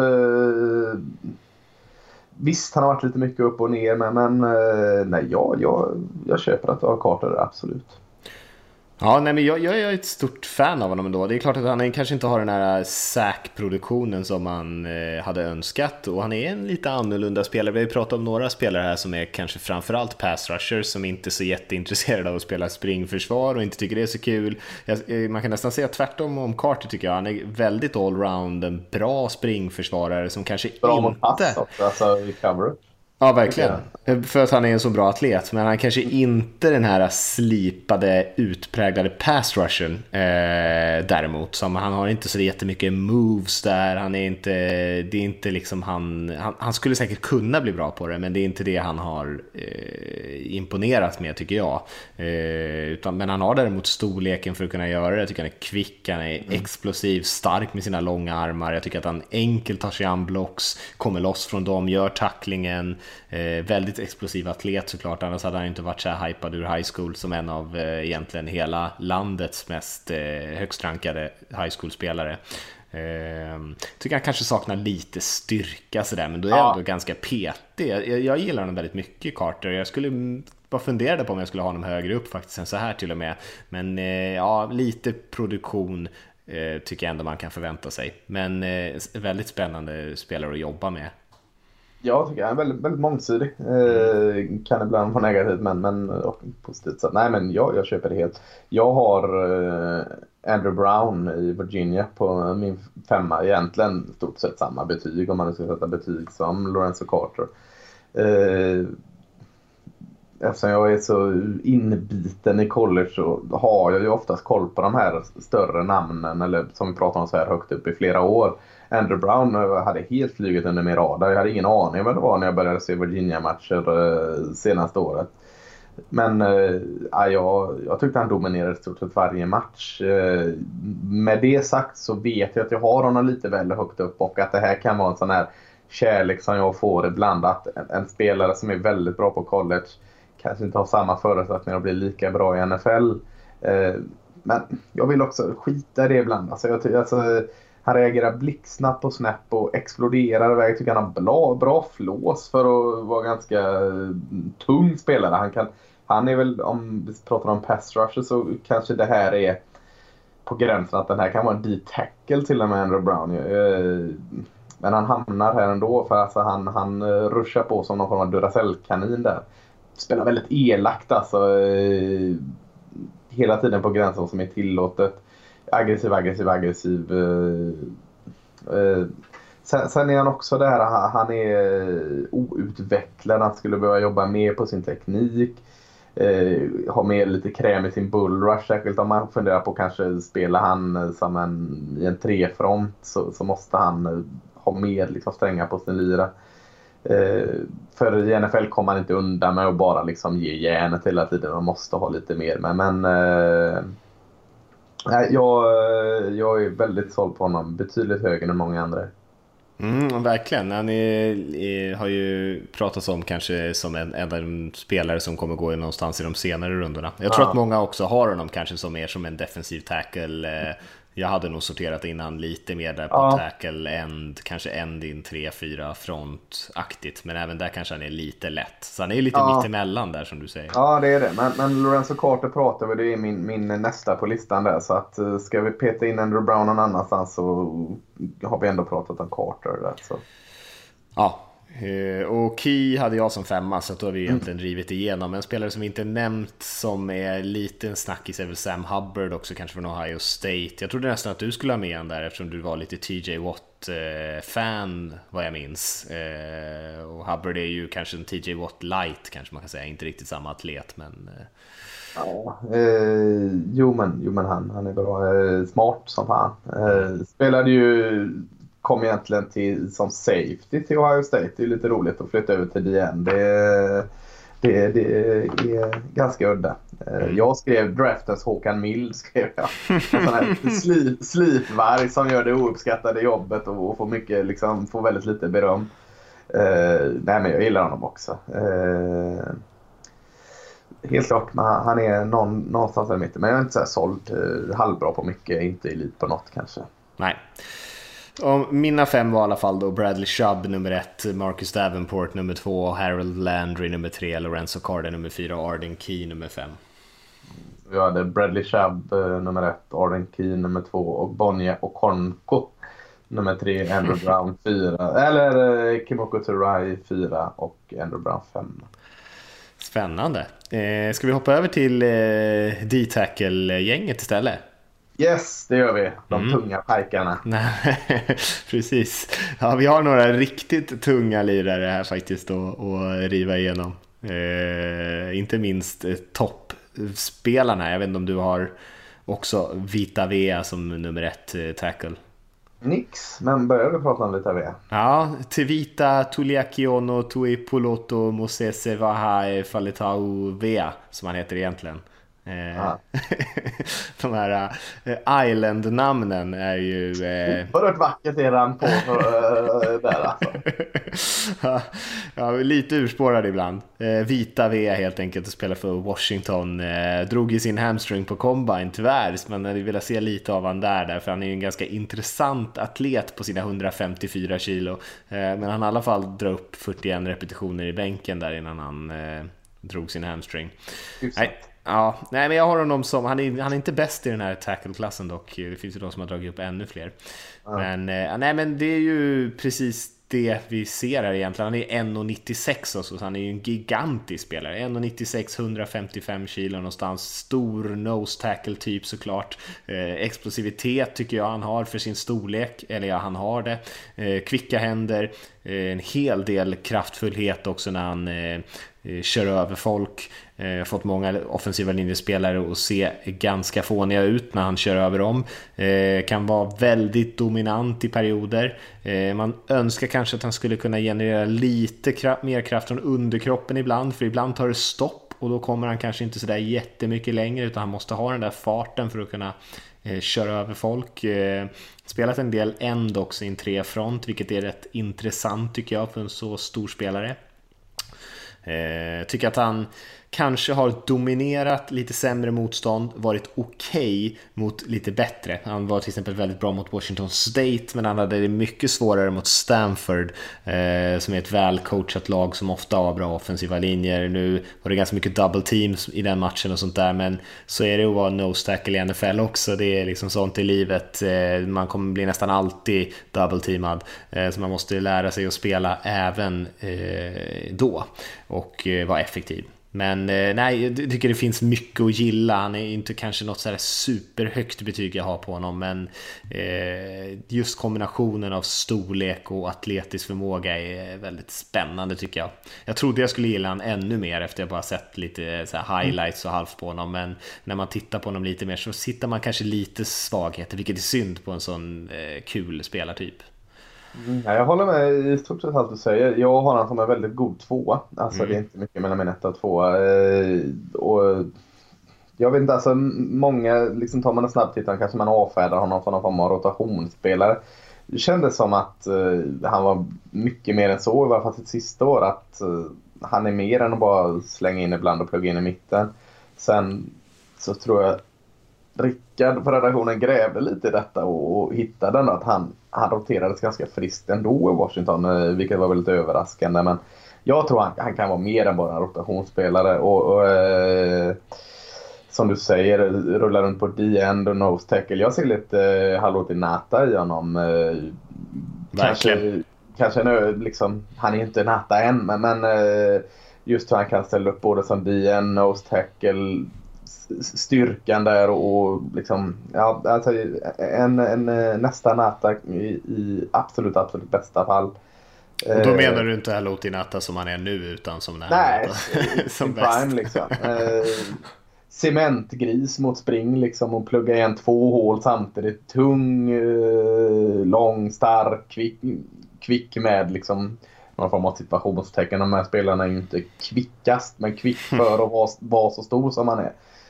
Visst, han har varit lite mycket upp och ner, men nej, jag köper att du har Carter, absolut. Ja, nej, men jag är ett stort fan av honom ändå. Det är klart att han kanske inte har den här sack-produktionen som man hade önskat, och han är en lite annorlunda spelare. Vi har ju pratat om några spelare här som är kanske framförallt pass rushers, som inte är så jätteintresserade av att spela springförsvar och inte tycker det är så kul. Man kan nästan säga tvärtom om Carter, tycker jag. Han är väldigt allround, en bra springförsvarare som kanske bra inte... mot pass också, alltså i coverage. Ja, verkligen. För att han är en så bra atlet. Men han kanske inte den här slipade, utpräglade pass rushen däremot. Som han har inte så jättemycket moves där. Han är inte, det är inte liksom han skulle säkert kunna bli bra på det, men det är inte det han har imponerat med, tycker jag. Men han har däremot storleken för att kunna göra det. Jag tycker han är kvick, han är explosiv, stark med sina långa armar. Jag tycker att han enkelt tar sig an blocks, kommer loss från dem, gör tacklingen. Väldigt explosiv atlet såklart, annars hade han inte varit så här hypad ur high school som en av egentligen hela landets mest högst rankade high school-spelare. Tycker han kanske saknar lite styrka sådär, men då är han ändå ganska petig. Jag gillar honom väldigt mycket, Carter. Jag skulle bara funderade på om jag skulle ha honom högre upp faktiskt än så här till och med. Men lite produktion tycker jag ändå man kan förvänta sig. Men väldigt spännande spelare att jobba med. Jag tycker han är väldigt, väldigt mångsidig. Kan ibland vara negativt, men positivt. Så, nej, men jag köper det helt. Jag har Andrew Brown i Virginia på min 5. Egentligen stort sett samma betyg, om man ska sätta betyg, som Lorenzo Carter. Eftersom jag är så inbiten i college så har jag ju oftast koll på de här större namnen, eller som vi pratar om så här högt upp i flera år. Andrew Brown hade helt flyget under min radar. Jag hade ingen aning vad det var när jag började se Virginia-matcher senaste året. Men jag tyckte han dominerade i stort sett varje match. Med det sagt så vet jag att jag har honom lite väl högt upp, och att det här kan vara en sån här kärlek som jag får ibland, att en spelare som är väldigt bra på college kanske inte har samma förutsättningar att bli lika bra i NFL. Men jag vill också skita i det ibland. Han reagerar blixtsnabbt på snap och exploderar iväg. Jag tycker han har bra flås för att vara ganska tung spelare. Han är väl, om vi pratar om pass rusher, så kanske det här är på gränsen att den här kan vara en D-tackle till och med, Andrew Brown. Men han hamnar här ändå, för alltså han ruschar på som någon form av Duracell-kanin där. Spelar väldigt elakt alltså. Hela tiden på gränsen som är tillåtet. Aggressiv. Sen är han också där, han är outvecklad. Han skulle behöva jobba mer på sin teknik. Ha mer lite kräm i sin bull rush. Särskilt om man funderar på kanske spela han som i en trefront, så måste han ha mer liksom strängar på sin lyra. För i NFL kommer man inte undan med att bara liksom ge järnet hela tiden. Man måste ha lite mer. Men jag är väldigt såld på honom. Betydligt högre än många andra. Verkligen. Han har ju pratats om kanske som en av de spelare som kommer gå någonstans i de senare rundorna. Jag tror att många också har honom kanske som mer som en defensiv tackle. Jag hade nog sorterat innan lite mer där på tackle, end, kanske end in 3-4 frontaktigt, men även där kanske han är lite lätt. Så han är lite mittemellan där, som du säger. Ja, det är det. Men Lorenzo Carter pratar vi, det är min nästa på listan där. Så att ska vi peta in Andrew Brown någon annanstans, så har vi ändå pratat om Carter där. Så. Ja. Och Key hade jag som 5, så då har vi egentligen drivit igenom. En spelare som vi inte nämnt som är liten snackis är väl Sam Hubbard också, kanske från Ohio State. Jag trodde nästan att du skulle ha med han där, eftersom du var lite TJ Watt-fan vad jag minns. Och Hubbard är ju kanske en TJ Watt light, kanske man kan säga. Inte riktigt samma atlet, men... Jo men han är bra. Smart som fan. Spelade ju... kom egentligen som safety till Ohio State. Det är lite roligt att flytta över till DN. Det är ganska udda. Jag skrev draftens Håkan Mild, skrev jag. En sån här slipvarg som gör det ouppskattade jobbet och får mycket, liksom, får väldigt lite beröm. Nej, men jag gillar honom också. Helt klart, han är någonstans där mitten. Men jag är inte så här såld. Halvbra på mycket, inte elit på något kanske. Nej. Och mina 5 var i alla fall då Bradley Chubb nummer 1, Marcus Davenport nummer 2, Harold Landry nummer 3, Lorenzo Carter nummer 4 och Arden Key nummer 5. Vi hade Bradley Chubb nummer 1, Arden Key nummer 2 och Bonnie Okonko nummer 3, Andrew Brown 4, eller Kimoko Turai 4 och Andrew Brown 5. Spännande. Ska vi hoppa över till D-tackle-gänget istället? Yes, det gör vi. De tunga pajkarna. Nej, precis. Ja, vi har några riktigt tunga lirare här faktiskt att riva igenom. Inte minst toppspelarna. Jag vet inte om du har också Vita Vea som nummer 1 tackle. Nix, men börjar du prata om Vita Vea? Ja, Tevita Tuliakiono Tuipoloto Mosese Vahae Faletau Vea som han heter egentligen. De här Island-namnen är ju oerhört vackert är han på där alltså. Ja, lite urspårad ibland. Vita V helt enkelt, och spelar för Washington. Drog i sin hamstring på Combine tyvärr, men jag vill se lite av han där, för han är ju en ganska intressant atlet på sina 154 kilo. Men han i alla fall drar upp 41 repetitioner i bänken där innan han drog sin hamstring. Nej, men jag har honom som han är inte bäst i den här tackle-klassen dock. Det finns ju de som har dragit upp ännu fler. Men det är ju precis det vi ser här egentligen. Han är 1,96 också, så han är ju en gigantisk spelare. 1,96, 155 kilo någonstans. Stor nose tackle typ såklart. Explosivitet tycker jag han har för sin storlek. Eller ja, han har det. Kvicka händer. En hel del kraftfullhet också när han kör över folk. Fått många offensiva linjespelare att se ganska fåniga ut när han kör över dem. Kan vara väldigt dominant i perioder. Man önskar kanske att han skulle kunna generera lite mer kraft från underkroppen ibland, för ibland tar det stopp och då kommer han kanske inte så där jättemycket längre, utan han måste ha den där farten för att kunna köra över folk. Spelat en del end också i en 3-front, vilket är rätt intressant tycker jag för en så stor spelare. Tycker att han kanske har dominerat lite sämre motstånd, varit okej mot lite bättre. Han var till exempel väldigt bra mot Washington State, men han hade det mycket svårare mot Stanford, som är ett välcoachat lag som ofta har bra offensiva linjer. Nu var det ganska mycket double teams i den matchen och sånt där, men så är det att vara nose tackle i NFL också. Det är liksom sånt i livet. Man kommer bli nästan alltid double teamad, så man måste lära sig att spela även då och vara effektiv. Men nej, jag tycker det finns mycket att gilla. Han är inte kanske något så här superhögt betyg jag har på honom, men just kombinationen av storlek och atletisk förmåga är väldigt spännande tycker jag. Jag trodde jag skulle gilla han ännu mer efter jag bara sett lite så här highlights och halvt på honom, men när man tittar på honom lite mer så hittar man kanske lite svagheter, vilket är synd på en sån kul spelartyp. Ja, jag håller med i stort sett allt du säger. Jag har han som en väldigt god 2. Alltså det är inte mycket mellan min 1 och 2. Och jag vet inte, alltså många liksom tar man en snabb titt, kanske man avfärdar honom som någon form av rotationsspelare. Det kändes som att han var mycket mer än så, i alla fall sitt sista år, att han är mer än att bara slänga in ibland och plugga in i mitten. Sen så tror jag Rickard på redaktionen grävde lite i detta och hittade att han roterades ganska friskt ändå i Washington, vilket var väldigt överraskande. Men jag tror han kan vara mer än bara en rotationsspelare och som du säger, rullar runt på D-end och nose tackle. Jag ser lite Haloti Nata i honom. Kanske liksom, han är inte Nata än, men just hur han kan ställa upp både som D-end, nose tackle, styrkan där och liksom, ja, alltså en nästa Nata i absolut bästa fall. Och då menar du inte Haloti Nata som han är nu, utan som när nej, som prime liksom. Cementgris mot spring liksom, och plugga igen 2 hål samtidigt. Tung, lång, stark, kvick med liksom någon form av situationstecken. De här spelarna är ju inte kvickast, men kvick för att vara så stor som han är.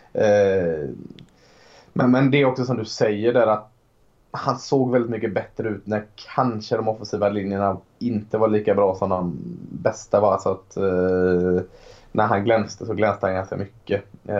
Men det är också som du säger där, att han såg väldigt mycket bättre ut när kanske de offensiva linjerna inte var lika bra som de bästa var. Så att när han glänste så glänste han ganska mycket.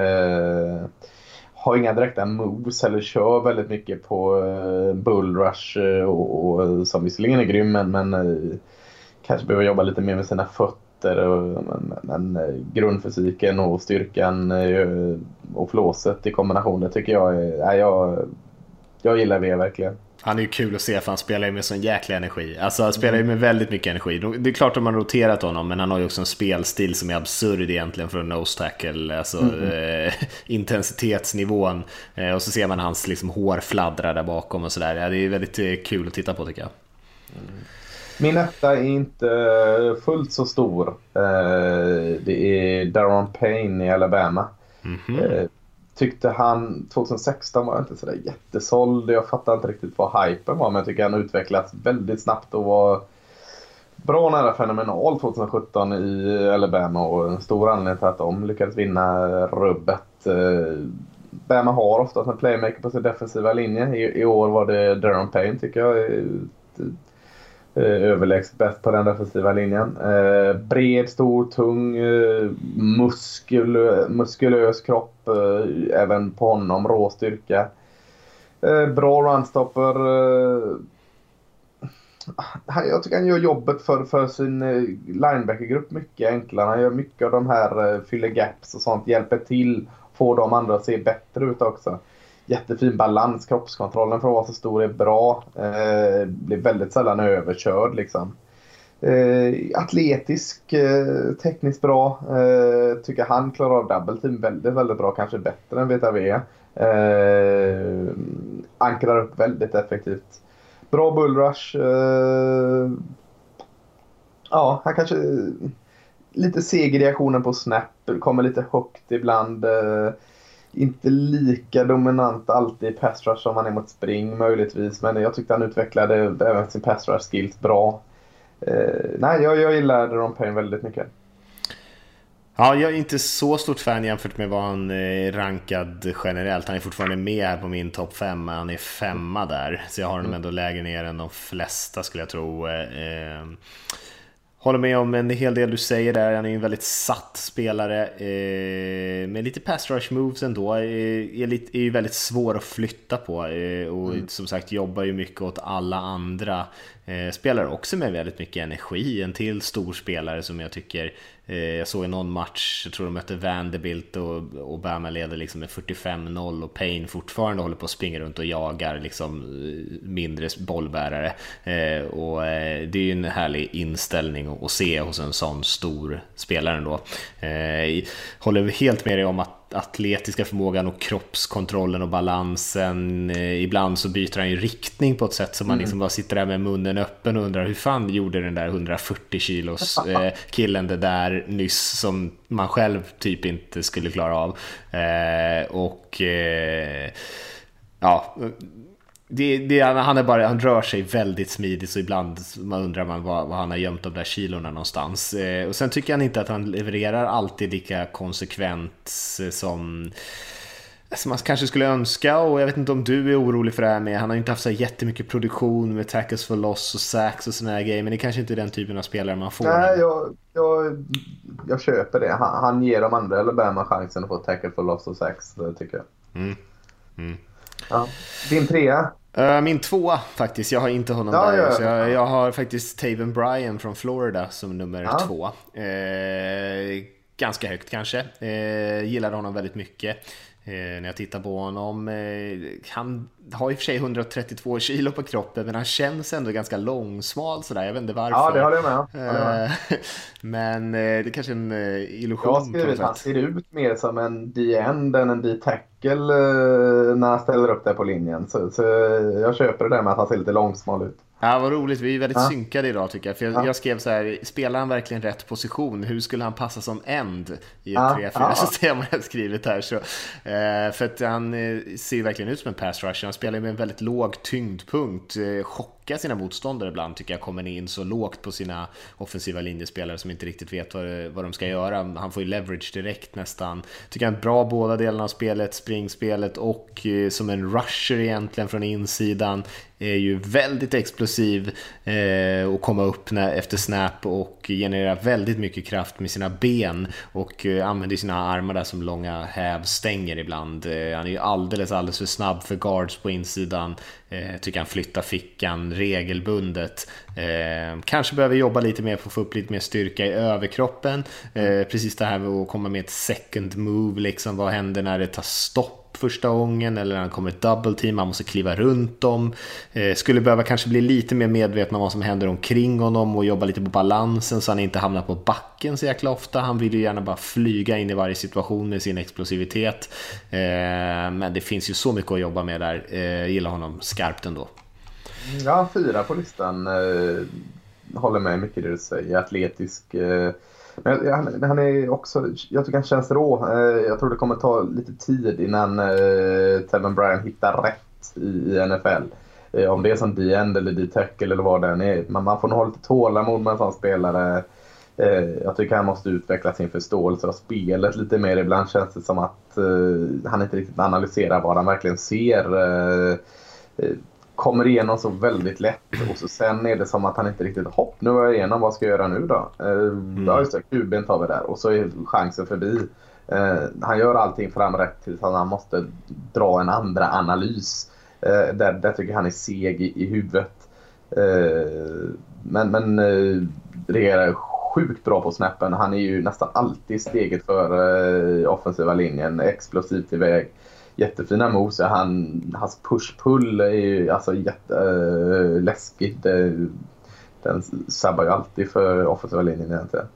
Har inga direkta moves eller kör väldigt mycket på bull rush och som visserligen är grym, men kanske behöver jobba lite mer med sina fötter. Men grundfysiken och styrkan och flåset i kombination, det tycker jag jag gillar det verkligen. Han är ju kul att se för han spelar ju med sån jäkla energi. Alltså han spelar ju med väldigt mycket energi. Det är klart att man roterat honom, men han har ju också en spelstil som är absurd egentligen för en nose tackle. Alltså intensitetsnivån. Och så ser man hans liksom hår fladdra där bakom och sådär. Ja, det är väldigt kul att titta på tycker jag. Min etta är inte fullt så stor. Det är Daron Payne i Alabama. Tyckte han 2016 var inte sådär jättesåld. Jag fattar inte riktigt vad hypen var, men jag tycker han utvecklats väldigt snabbt och var bra nära fenomenal 2017 i Alabama, och en stor anledning till att de lyckades vinna rubbet. Bama har oftast en playmaker på sin defensiva linje. I år var det Daron Payne tycker jag överlägset bäst på den defensiva linjen. Bred, stor, tung, muskulös kropp. Även på honom, rå styrka. Bra runstopper. Jag tycker han gör jobbet för sin linebackergrupp mycket enklare. Han gör mycket av de här fyller gaps och sånt. Hjälper till, får de andra att se bättre ut också. Jättefin balans, kroppskontrollen för att vara så stor är bra. Blir väldigt sällan överkörd liksom. Atletisk, tekniskt bra. Tycker han klarar av double team väldigt, väldigt bra. Kanske bättre än VTV. Ankrar upp väldigt effektivt. Bra bullrush. Ja, han kanske lite seg i reaktionen på snap. Kommer lite högt ibland. Inte lika dominant alltid i pass rush som han är mot spring möjligtvis. Men jag tyckte han utvecklade även sin pass rush skills bra. Nej, jag gillar Daron Payne väldigt mycket. Ja, jag är inte så stort fan jämfört med vad han är rankad generellt. Han är fortfarande med här på min topp 5, men han är 5 där. Så jag har honom ändå lägre ner än de flesta skulle jag tro. Håller med om en hel del du säger där. Han är en väldigt satt spelare med lite pass rush moves ändå. Är ju väldigt svår att flytta på. Och som sagt jobbar ju mycket åt alla andra spelare också med väldigt mycket energi. En till stor spelare som jag tycker jag såg i någon match, jag tror de mötte Vanderbilt och Obama leder liksom med 45-0 och Payne fortfarande håller på att springa runt och jagar liksom mindre bollbärare. Och det är ju en härlig inställning att se hos en sån stor spelare ändå. Håller helt med dig om att atletiska förmågan och kroppskontrollen och balansen, ibland så byter han ju riktning på ett sätt som man liksom bara sitter där med munnen öppen och undrar hur fan gjorde den där 140 kilos killen det där nyss som man själv typ inte skulle klara av. Ja, han rör sig väldigt smidigt, så ibland man undrar vad han har gömt de där kilorna någonstans. Och sen tycker jag inte att han levererar alltid lika konsekvent som man kanske skulle önska, och jag vet inte om du är orolig för det här med, han har inte haft så jättemycket produktion med tackles for loss och sacks och såna här grejer, men det kanske inte är den typen av spelare man får. Nej, jag köper det. Han ger de andra eller bär man chansen att få tackle for loss och sacks, det tycker jag. Ja. Din 3? Min 2 faktiskt, jag har inte honom där. Så jag har faktiskt Taven Bryan från Florida som nummer 2. Ganska högt kanske. Gillade honom väldigt mycket. När jag tittar på honom, han har i och för sig 132 kilo på kroppen, men han känns ändå ganska långsmal sådär, jag vet inte varför. Ja, det håller jag med. Men det är kanske en illusion. Jag har skrivit att han ser ut mer som en D-end än en D-tackle när han ställer upp där på linjen, så jag köper det där med att han ser lite långsmal ut. Ja, vad roligt, vi är väldigt synkade idag tycker jag. För jag skrev så här, spelar han verkligen rätt position? Hur skulle han passa som end i ett 3-4 system jag har skrivit här? Så, för att han ser verkligen ut som en pass rusher. Han spelar med en väldigt låg tyngdpunkt. Chockar sina motståndare ibland tycker jag, kommer in så lågt på sina offensiva linjespelare som inte riktigt vet vad de ska göra. Han får ju leverage direkt nästan. Tycker han bra båda delarna av spelet, springspelet och som en rusher egentligen från insidan. Är ju väldigt explosiv och komma upp efter snap och generera väldigt mycket kraft med sina ben och använder sina armar där som långa hävstänger ibland. Han är ju alldeles för snabb för guards på insidan. Tycker han flyttar fickan regelbundet. Kanske behöver jobba lite mer för att få upp lite mer styrka i överkroppen. Precis det här med att komma med ett second move liksom. Vad händer när det tar stopp första gången eller när han kommer ett double team, han måste kliva runt dem. Skulle behöva kanske bli lite mer medveten om vad som händer omkring honom och jobba lite på balansen så han inte hamnar på backen så jäkla ofta. Han vill ju gärna bara flyga in i varje situation med sin explosivitet. Men det finns ju så mycket att jobba med där. Gillar honom skarpt ändå. Ja, 4 på listan. Håller med mycket det du säger. Atletisk. Men han är också, jag tycker han känns rå. Jag tror det kommer ta lite tid innan Tevin Bryan hittar rätt i NFL. Om det är som D-end eller D-tackle eller vad det är. Man får nog ha lite tålamod med en sån spelare. Jag tycker han måste utveckla sin förståelse av spelet lite mer. Ibland känns det som att han inte riktigt analyserar vad han verkligen ser. Kommer igenom så väldigt lätt och så sen är det som att han inte riktigt nu är jag igenom, vad ska jag göra nu då? Ja just det, kuben tar vi där och så är chansen förbi. Han gör allting fram rätt tills han måste dra en andra analys. Där tycker han är seg i huvudet. Men reagerar sjukt bra på snappen. Han är ju nästan alltid steget för offensiva linjen, explosivt iväg. Jättefina moves. Hans push-pull är ju alltså jätteläskigt. Den sabbar ju alltid för offensiva linjen egentligen.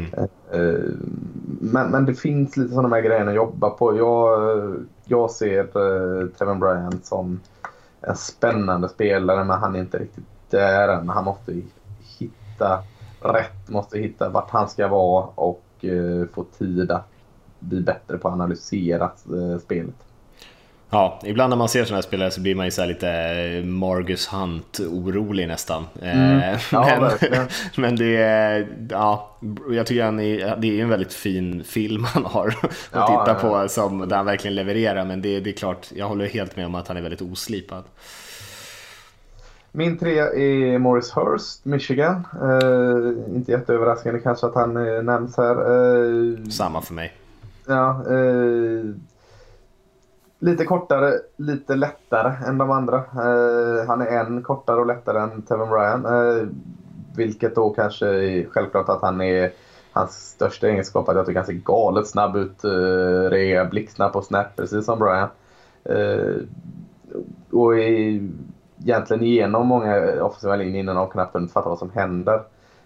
Men det finns lite sådana här grejer att jobba på. Jag ser Tevin Bryan som en spännande spelare, men han är inte riktigt där än. Han måste hitta rätt, måste hitta vart han ska vara och få tid att bli bättre på att analysera spelet. Ja, ibland när man ser sådana här spelare så blir man ju så här lite Margus Hunt orolig nästan. Men det är, ja, jag tycker det är en väldigt fin film han har att titta på som där han verkligen levererar, men det är klart, jag håller helt med om att han är väldigt oslipad. Min 3 är Maurice Hurst, Michigan. Inte jätteöverraskande kanske att han nämns här. Samma för mig. Ja, lite kortare, lite lättare än de andra. Han är en kortare och lättare än Tevin Bryan. Vilket då kanske är självklart att han är hans största egenskap. Att jag tycker han ser galet snabb ut. Blixtsnabb på snap, precis som Bryan. Och egentligen igenom många offensiva linjer innan de knappt kunnat fatta vad som händer.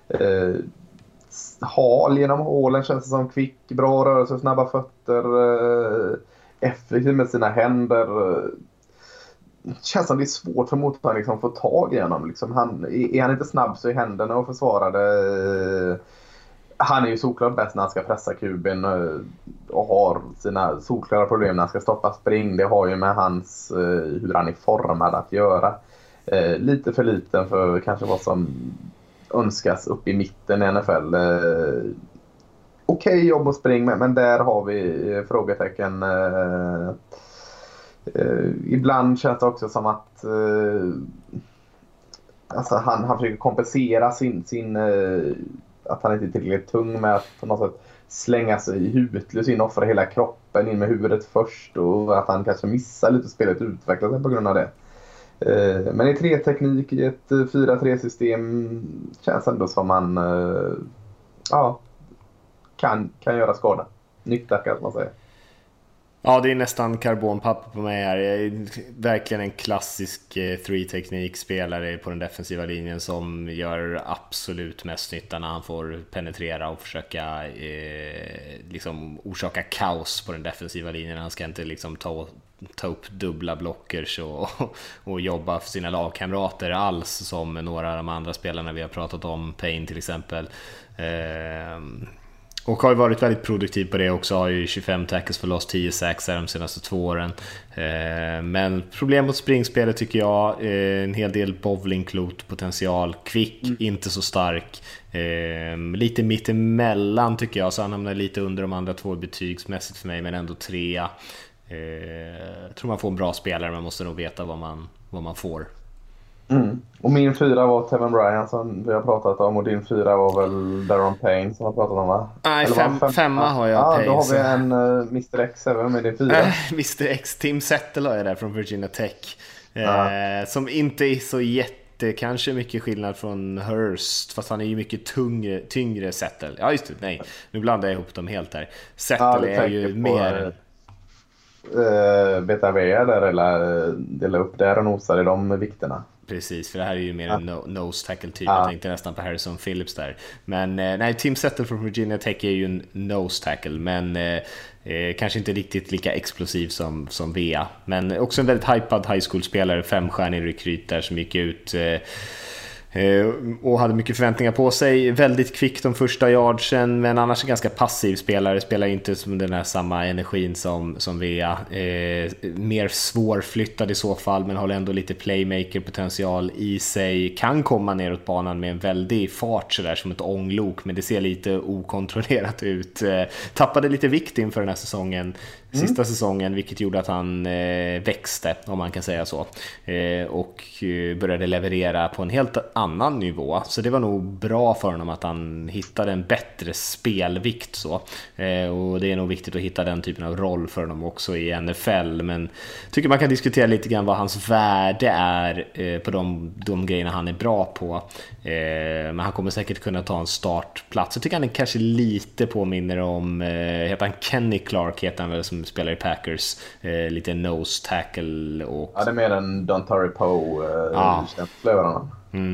Hal genom hålen, känns det som kvick, bra rörelse, snabba fötter. Effektiv med sina händer. Känns som det är svårt för motståndaren liksom få tag i honom. Liksom är han inte snabb så i händerna och försvarar det. Han är ju såklart bäst när han ska pressa kuben och har sina solklara problem när han ska stoppa spring. Det har ju med hans hur han är formad att göra. Lite för liten för kanske vad som önskas upp i mitten i NFL. Okej jobb och spring, men där har vi frågetecken. Ibland känns det också som att alltså han försöker kompensera sin att han inte är tillräckligt tung med att på något sätt slänga sig i huvudet, in offra hela kroppen in med huvudet först, och att han kanske missar lite spelet utvecklar sig på grund av det. Men i 3-teknik i ett 4-3-system känns ändå som man kan göra skada. Nytta kan man säga. Ja, det är nästan karbonpapper på mig här. Jag är verkligen en klassisk 3-teknik-spelare på den defensiva linjen som gör absolut mest nytta när han får penetrera och försöka liksom orsaka kaos på den defensiva linjen. Han ska inte liksom ta upp dubbla blockers och jobba för sina lagkamrater alls, som några av de andra spelarna vi har pratat om, Payne till exempel. Och har ju varit väldigt produktiv på det också, har ju 25 tackles för loss, 10 sacks de senaste 2 åren. Men problem mot springspelet tycker jag, en hel del bowlingklot potential, kvick, inte så stark. Lite mittemellan tycker jag, så han hamnar lite under de andra 2 betygsmässigt för mig, men ändå 3. Jag tror man får en bra spelare, man måste nog veta vad man får. Och min 4 var Tevin Bryan som vi har pratat om, och din 4 var väl Daron Payne som har pratat om, va? Nej, 5 har jag. Payne, då har vi en Mr. X även med din 4. Mr. X, Tim Settle har jag där från Virginia Tech. Som inte är så kanske mycket skillnad från Hurst, fast han är ju mycket tyngre Settle. Ja just det, nej, nu blandar jag ihop dem helt här. Settle är ju mer... Betaver där eller dela upp där och nosar i de vikterna. Precis, för det här är ju mer en nose tackle typ. Jag tänkte nästan på Harrison Phillips där. Men nej, Tim Settle från Virginia Tech är ju en nose tackle, men kanske inte riktigt lika explosiv som Vea. Men också en väldigt hypad high school-spelare, 5-stjärnig rekryt där som gick ut och hade mycket förväntningar på sig. Väldigt kvick de första yardsen, men annars en ganska passiv spelare. Spelar inte som den här samma energin som Vea. Mer svårflyttad i så fall, men har ändå lite playmaker-potential i sig. Kan komma neråt banan med en väldig fart sådär som ett ånglok, men det ser lite okontrollerat ut. Tappade lite vikt inför den här säsongen, sista säsongen, vilket gjorde att han växte, om man kan säga så, och började leverera på en helt annan nivå. Så det var nog bra för honom att han hittade en bättre spelvikt så. Och det är nog viktigt att hitta den typen av roll för honom också i NFL. Men tycker man kan diskutera lite grann vad hans värde är på de grejerna han är bra på. Men han kommer säkert kunna ta en startplats. Jag tycker han kanske lite påminner om heter han Kenny Clark, heter han väl, som spelar i Packers, lite nose tackle och... Ja, det är mer en Dontari Poe känsla över honom.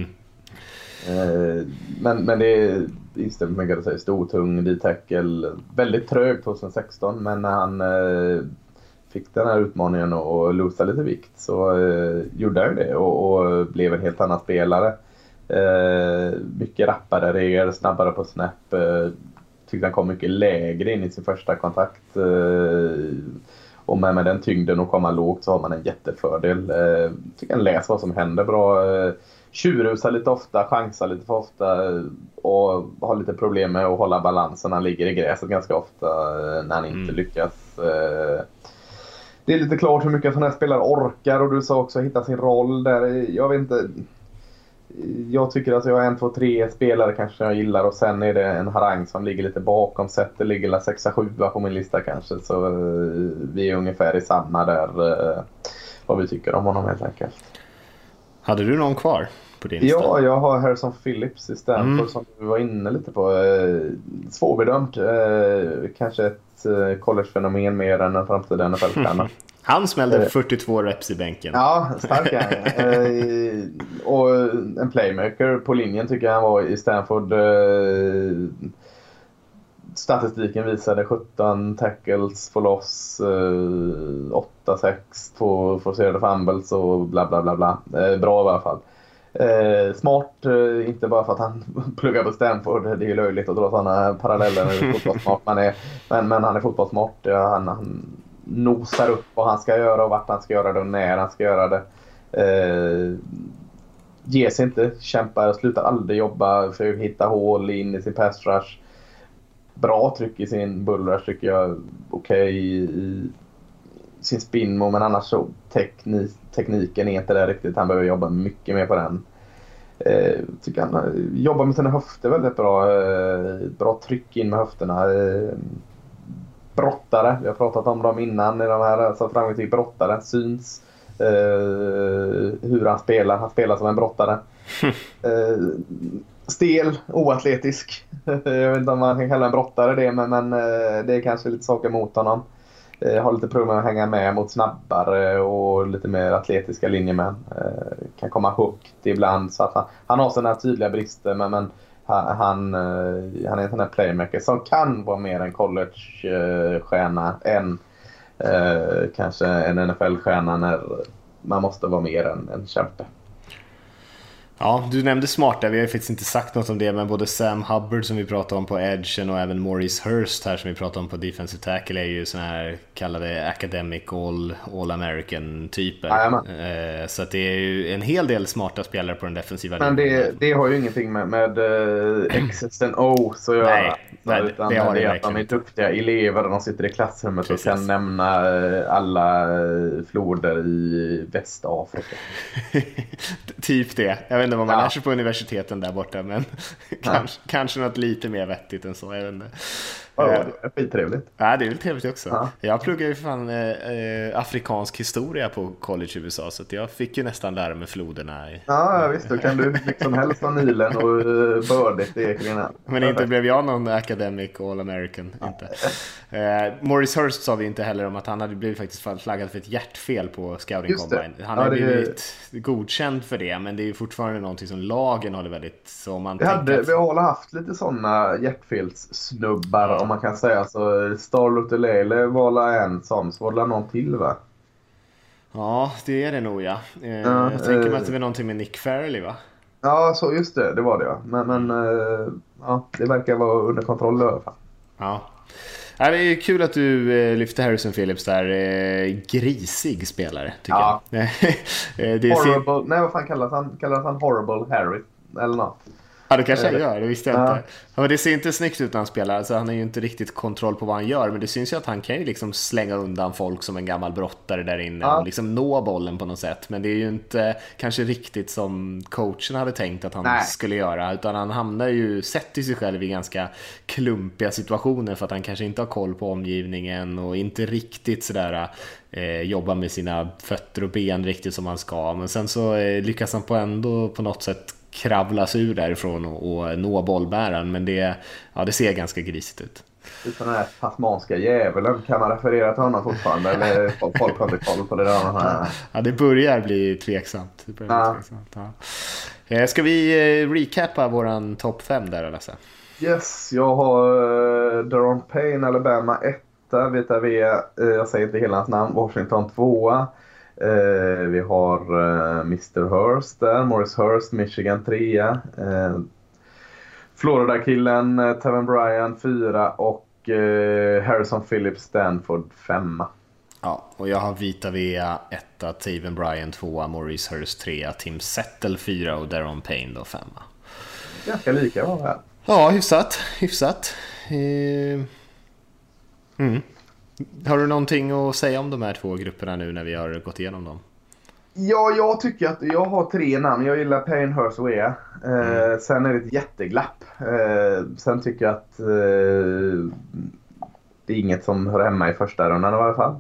Men det är istället mycket att säga stor, tung, D-tackle, väldigt trög 2016, men när han fick den här utmaningen och losa lite vikt så gjorde han det och blev en helt annan spelare. Mycket rappare regler, snabbare på snap, tyckte han kom mycket lägre in i sin första kontakt, och med den tyngden och komma lågt så har man en jättefördel. Tycker han läser vad som händer bra, tjurrusar lite ofta, chansar lite för ofta och har lite problem med att hålla balansen. Han ligger i gräset ganska ofta när han inte lyckas. Det är lite klart hur mycket sådana här spelare orkar, och du sa också hitta sin roll där. Jag vet inte. Jag tycker att jag har 1, 2, 3 spelare kanske jag gillar, och sen är det en harang som ligger lite bakom. Sätter ligger 6-7 på min lista kanske, så vi är ungefär i samma där vad vi tycker om honom helt enkelt. Hade du någon kvar på din lista? Ja, jag har Harrison Phillips i Stanford som du var inne lite på. Svårbedömt. Kanske ett collegefenomen mer än en framtida NFL-stjärna. Han smällde 42 reps i bänken. Ja, stark och en playmaker på linjen tycker jag han var i Stanford. Statistiken visade 17 tackles for loss, 8-6, 2 forcerade fumbles och bla bla bla bla. Bra i alla fall. Smart, inte bara för att han pluggar på Stanford. Det är ju löjligt att dra sådana paralleller med fotbollssmart. Men han är fotbollssmart. Han nosar upp vad han ska göra och vart han ska göra det och när han ska göra det. Ger sig inte, kämpar, slutar aldrig jobba för att hitta hål in i sin pass rush. Bra tryck i sin bull rush tycker jag. Okej i sin spin move, men annars så tekniken är inte där riktigt. Han behöver jobba mycket mer på den. Tycker han jobbar med sina höfter väldigt bra. Bra tryck in med höfterna. Brottare, vi har pratat om dem innan i de här, alltså framgångsrik brottare, syns hur han spelar som en brottare. Stel, oatletisk. Jag vet inte om man kan kalla en brottare det, men det är kanske lite saker mot honom. Har lite problem med att hänga med mot snabbare och lite mer atletiska linjemän. Kan komma högt ibland, så att han har sådana tydliga brister, men han är en sån här playmaker som kan vara mer en college-stjärna än kanske en NFL-stjärna när man måste vara mer en kämpe. Ja, du nämnde smart där, vi har faktiskt inte sagt något om det, men både Sam Hubbard som vi pratade om på edgen och även Maurice Hurst här som vi pratade om på defensive tackle är ju såna här kallade academic all-American typer. Så att det är ju en hel del smarta spelare på den defensiva linjen. Men det har ju ingenting med X's and O's att göra. Nej, utan det har det är att de är duktiga elever, de sitter i klassrummet. Precis. Och kan nämna alla floder i Västafrika. Typ det. Jag vet inte vad man lär sig på universiteten där borta, men kanske något lite mer vettigt än så. Jag vet inte. Ja, det är skittrevligt. Ja, det är väl trevligt också. Ja. Jag pluggade ju för fan afrikansk historia på college i USA, så att jag fick ju nästan lära mig floderna. Ja, visst. Då kan du liksom hälsa Nilen och bördigt det kring den. Men inte blev jag någon academic all-American. Inte. Maurice Hurst sa vi inte heller om att han hade blivit faktiskt flaggad för ett hjärtfel på Scouting Combine. Han har blivit godkänd för det, men det är ju fortfarande någonting som lagen håller väldigt... Så man vi har haft lite sådana hjärtfelssnubbar, om man kan säga. Alltså, Starlot Lele var en sån, så var det någon till, va? Ja, det är det nog, ja. Jag tänker mig att det var någonting med Nick Fairley, va? Ja, så just det var det, ja. Men ja, det verkar vara under kontroll i alla fall. Ja. Det är kul att du lyfter Harrison Phillips där. Grisig spelare, tycker jag. Det är horrible, nej, vad fan kallas han Horrible Harry? Eller något. Ja, det kanske jag gör, det visste jag inte. Ja, det ser inte snyggt ut när han spelar, alltså, han har ju inte riktigt kontroll på vad han gör, men det syns ju att han kan ju liksom slänga undan folk som en gammal brottare där inne och liksom nå bollen på något sätt, men det är ju inte kanske riktigt som coachen hade tänkt att han skulle göra, utan han hamnar ju sett i sig själv i ganska klumpiga situationer för att han kanske inte har koll på omgivningen och inte riktigt sådär jobba med sina fötter och ben riktigt som han ska, men sen så lyckas han ändå på något sätt kravlas ur därifrån och nå bollbäraren, men det ser ganska grisigt ut. Utan den här tasmanska jäveln, kan man referera till honom fortfarande, eller folk har inte koll på det där? Ja, det börjar bli tveksamt. Ska vi recappa våran topp 5 där, Lasse? Yes, jag har Daron Payne, Alabama 1, Vita jag säger inte hela hans namn, Washington 2. Vi har Mr. Hurst där, Maurice Hurst, Michigan 3, Florida-killen Taven Bryan 4 och Harrison Phillips Stanford 5. Ja, och jag har Vita Vea 1, Taven Bryan 2, Maurice Hurst 3, Tim Settle 4 och Daron Payne då 5. Ganska lika var det här. Ja, hyfsat. Har du någonting att säga om de här två grupperna nu när vi har gått igenom dem? Ja, jag tycker att jag har 3 namn. Jag gillar Payne, Hurst och Wea. Sen är det ett jätteglapp. Sen tycker jag att det är inget som hör hemma i första rundan i alla fall.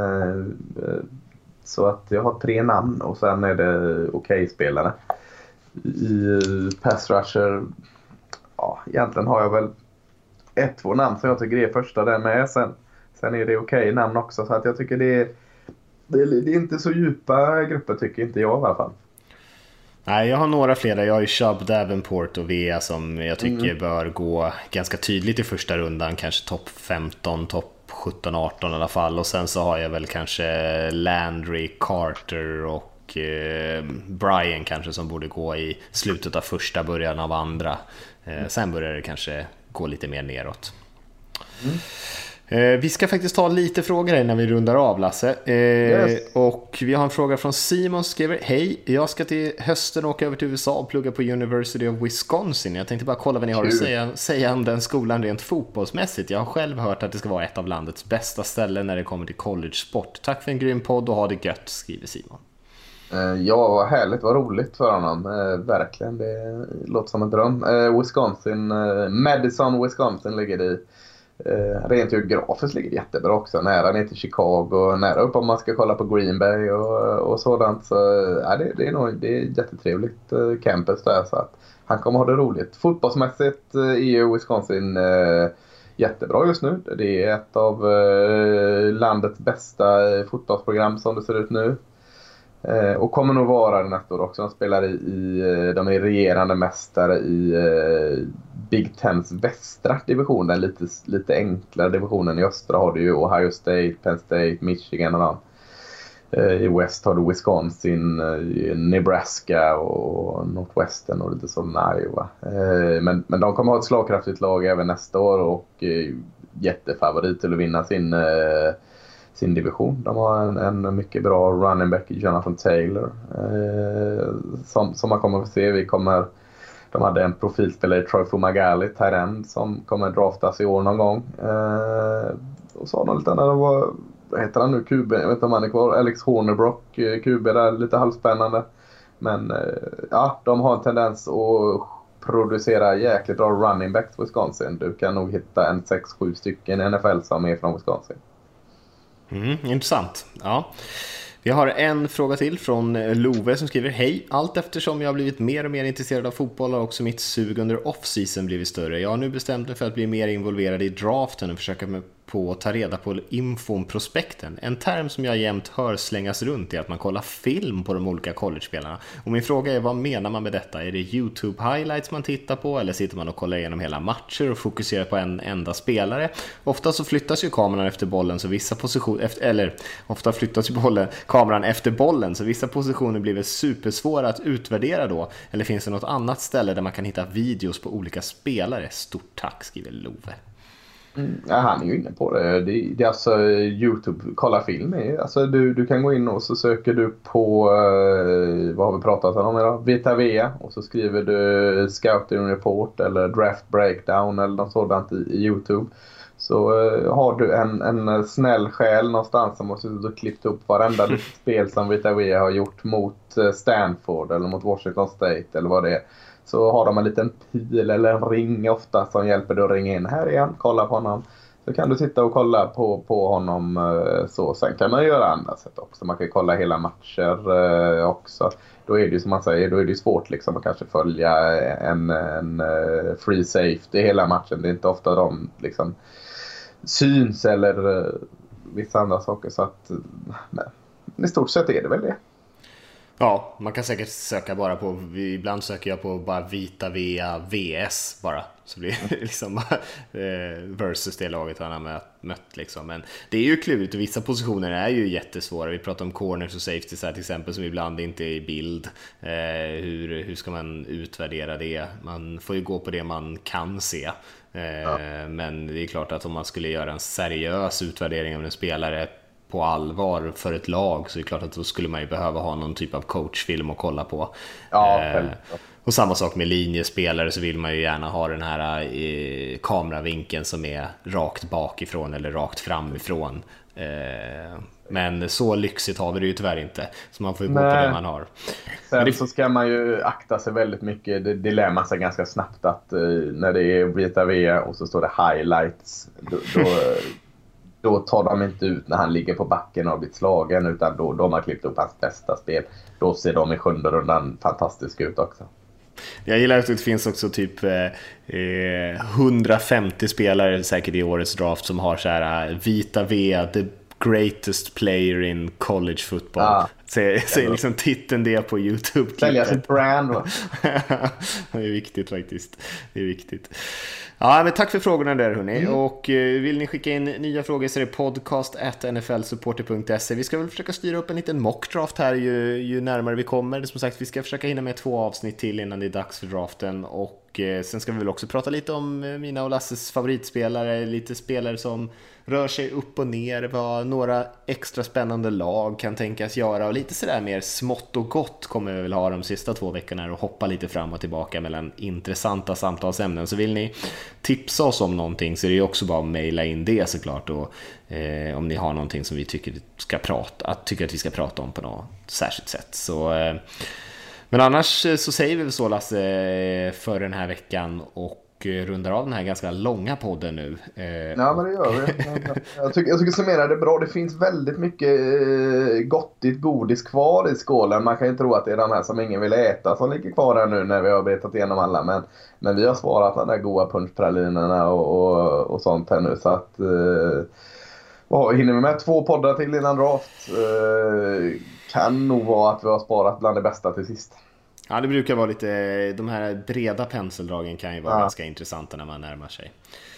Så att jag har 3 namn och sen är det okej-spelare. I pass rusher, ja, egentligen har jag väl 1-2 namn som jag tycker är första där med. Sen är det okej namn också, så att jag tycker det är inte så djupa grupper, tycker inte jag i alla fall. Nej, jag har några fler. Jag har ju Chubb, Davenport och Vea som jag tycker bör gå ganska tydligt i första rundan. Kanske topp 15, topp 17-18 i alla fall. Och sen så har jag väl kanske Landry, Carter och Brian kanske som borde gå i slutet av första, början av andra. Sen börjar det kanske gå lite mer neråt. Vi ska faktiskt ta lite frågor här när vi rundar av, Lasse. Yes. Och vi har en fråga från Simon som skriver: Hej, jag ska till hösten åka över till USA och plugga på University of Wisconsin. Jag tänkte bara kolla vad ni har att säga om den skolan rent fotbollsmässigt. Jag har själv hört att det ska vara ett av landets bästa ställen när det kommer till college-sport. Tack för en grym podd och ha det gött, skriver Simon. Ja, vad härligt, vad roligt för honom. Verkligen, det låter som en dröm. Wisconsin, Madison, Wisconsin ligger det i. Rent geografiskt ligger det jättebra också. Nära ner till Chicago, nära upp om man ska kolla på Green Bay och sådant. Så ja, det är jättetrevligt campus där, så att han kommer ha det roligt. Fotbollsmässigt är ju Wisconsin jättebra just nu. Det är ett av landets bästa fotbollsprogram som det ser ut nu. Och kommer nog vara det nästa år också. De spelar de är regerande mästare i Big Tens västra division. Den lite enklare divisionen. I östra har du ju Ohio State, Penn State, Michigan och dem. I West har du Wisconsin, Nebraska och Northwestern och lite som Iowa. Men de kommer ha ett slagkraftigt lag även nästa år och jättefavorit till att vinna sin division. De har en mycket bra running back, Jonathan Taylor, som man kommer att se. De hade en profilspelare, Troy Fumagalli, tight end, som kommer draftas i år någon gång. Och så har de lite andra, vad heter han nu, QB, jag vet inte om han är kvar, Alex Hornibrook, QB där, lite halvspännande. Men ja, de har en tendens att producerar jäkligt bra running backs på Wisconsin. Du kan nog hitta en 6-7 stycken i NFL som är från Wisconsin. Intressant. Ja. Vi har en fråga till från Love som skriver: Hej, allt eftersom jag har blivit mer och mer intresserad av fotboll har också mitt sug under off-season blivit större. Jag har nu bestämt mig för att bli mer involverad i draften och försöka mig på att ta reda på info om prospekten. En term som jag jämt hör slängas runt är att man kollar film på de olika college-spelarna. Och min fråga är, vad menar man med detta? Är det YouTube highlights man tittar på, eller sitter man och kollar igenom hela matcher och fokuserar på en enda spelare? Ofta så flyttas ju kameran efter bollen, så vissa positioner ofta flyttas ju kameran efter bollen, så vissa positioner blir väl supersvåra att utvärdera då. Eller finns det något annat ställe där man kan hitta videos på olika spelare? Stort tack, skriver Love. Ja, han är ju inne på det. Det är alltså YouTube, kolla film. Alltså du kan gå in och så söker du på, vad har vi pratat om idag? Vita V, och så skriver du Scouting Report eller Draft Breakdown eller något sådant i YouTube. Så har du en snäll själ någonstans som har klippt upp varenda spel som Vita V har gjort mot Stanford eller mot Washington State eller vad det är. Så har de en liten pil eller en ring ofta som hjälper dig att ringa in. Här igen, kolla på honom. Så kan du sitta och kolla på honom så. Sen kan man göra andra sätt också. Man kan kolla hela matcher också. Då är det ju som man säger, då är det svårt liksom att kanske följa en free safety hela matchen. Det är inte ofta de liksom syns eller vissa andra saker. Så att nej, i stort sett är det väl det. Ja, man kan säkert söka bara på, ibland söker jag på bara Vita via VS bara, så blir det liksom versus det laget han har mött liksom. Men det är ju klurigt och vissa positioner är ju jättesvåra. Vi pratar om corners och safeties här till exempel som ibland inte är i bild. Hur ska man utvärdera det? Man får ju gå på det man kan se. Men det är klart att om man skulle göra en seriös utvärdering av en spelare på allvar för ett lag, så är det klart att då skulle man ju behöva ha någon typ av coachfilm att kolla på. Och samma sak med linjespelare, så vill man ju gärna ha den här kameravinkeln som är rakt bakifrån eller rakt framifrån. Men så lyxigt har vi det ju tyvärr inte, så man får ju gå på det man har. Sen så ska man ju akta sig väldigt mycket. Det lär man sig ganska snabbt att när det är Vita V och så står det highlights, då tar de inte ut när han ligger på backen och har blivit slagen, utan då de har klippt upp hans bästa spel. Då ser de i 7:e rundan fantastiskt ut också. Jag gillar att det finns också typ 150 spelare säkert i årets draft som har så här Vita V, the greatest player in college football. Säger liksom titeln det på YouTube. Sälja sitt brand. Det är viktigt faktiskt. Det är viktigt. Ja, men tack för frågorna där hörni. Och vill ni skicka in nya frågor så är det podcast@nflsupporter.se. Vi ska väl försöka styra upp en liten mockdraft här ju närmare vi kommer. Som sagt, vi ska försöka hinna med 2 avsnitt till innan det är dags för draften. Och sen ska vi väl också prata lite om mina och Lasses favoritspelare. Lite spelare som rör sig upp och ner, vad några extra spännande lag kan tänkas göra, och lite sådär mer smått och gott kommer vi väl ha de sista 2 veckorna och hoppa lite fram och tillbaka mellan intressanta samtalsämnen. Så vill ni tipsa oss om någonting så är det ju också bara att mejla in det såklart, och om ni har någonting som vi tycker att vi ska prata om på något särskilt sätt. Så men annars så säger vi väl så, Lasse, för den här veckan och rundar av den här ganska långa podden nu. Ja, men det gör vi. Jag tycker summera det bra. Det finns väldigt mycket gottigt godis kvar i skålen. Man kan ju tro att det är de här som ingen vill äta som ligger kvar här nu när vi har betat igenom alla. Men vi har svarat de där goda punschpralinerna och sånt här nu. Så att hinner vi med 2 poddar till innan draft. Kan nog vara att vi har sparat bland det bästa till sist. Ja, det brukar vara lite, de här breda penseldragen kan ju vara ganska intressanta när man närmar sig.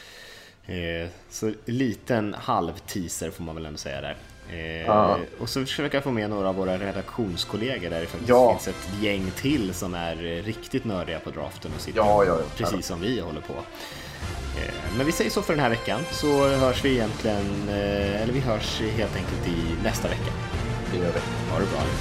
Så liten halvteaser får man väl ändå säga där. Och så försöker jag få med några av våra redaktionskollegor där det faktiskt finns ett gäng till som är riktigt nördiga på draften och sitter precis som vi håller på. Men vi säger så för den här veckan, så hörs vi egentligen, eller vi hörs helt enkelt i nästa vecka. Det gör vi. Ha det bra.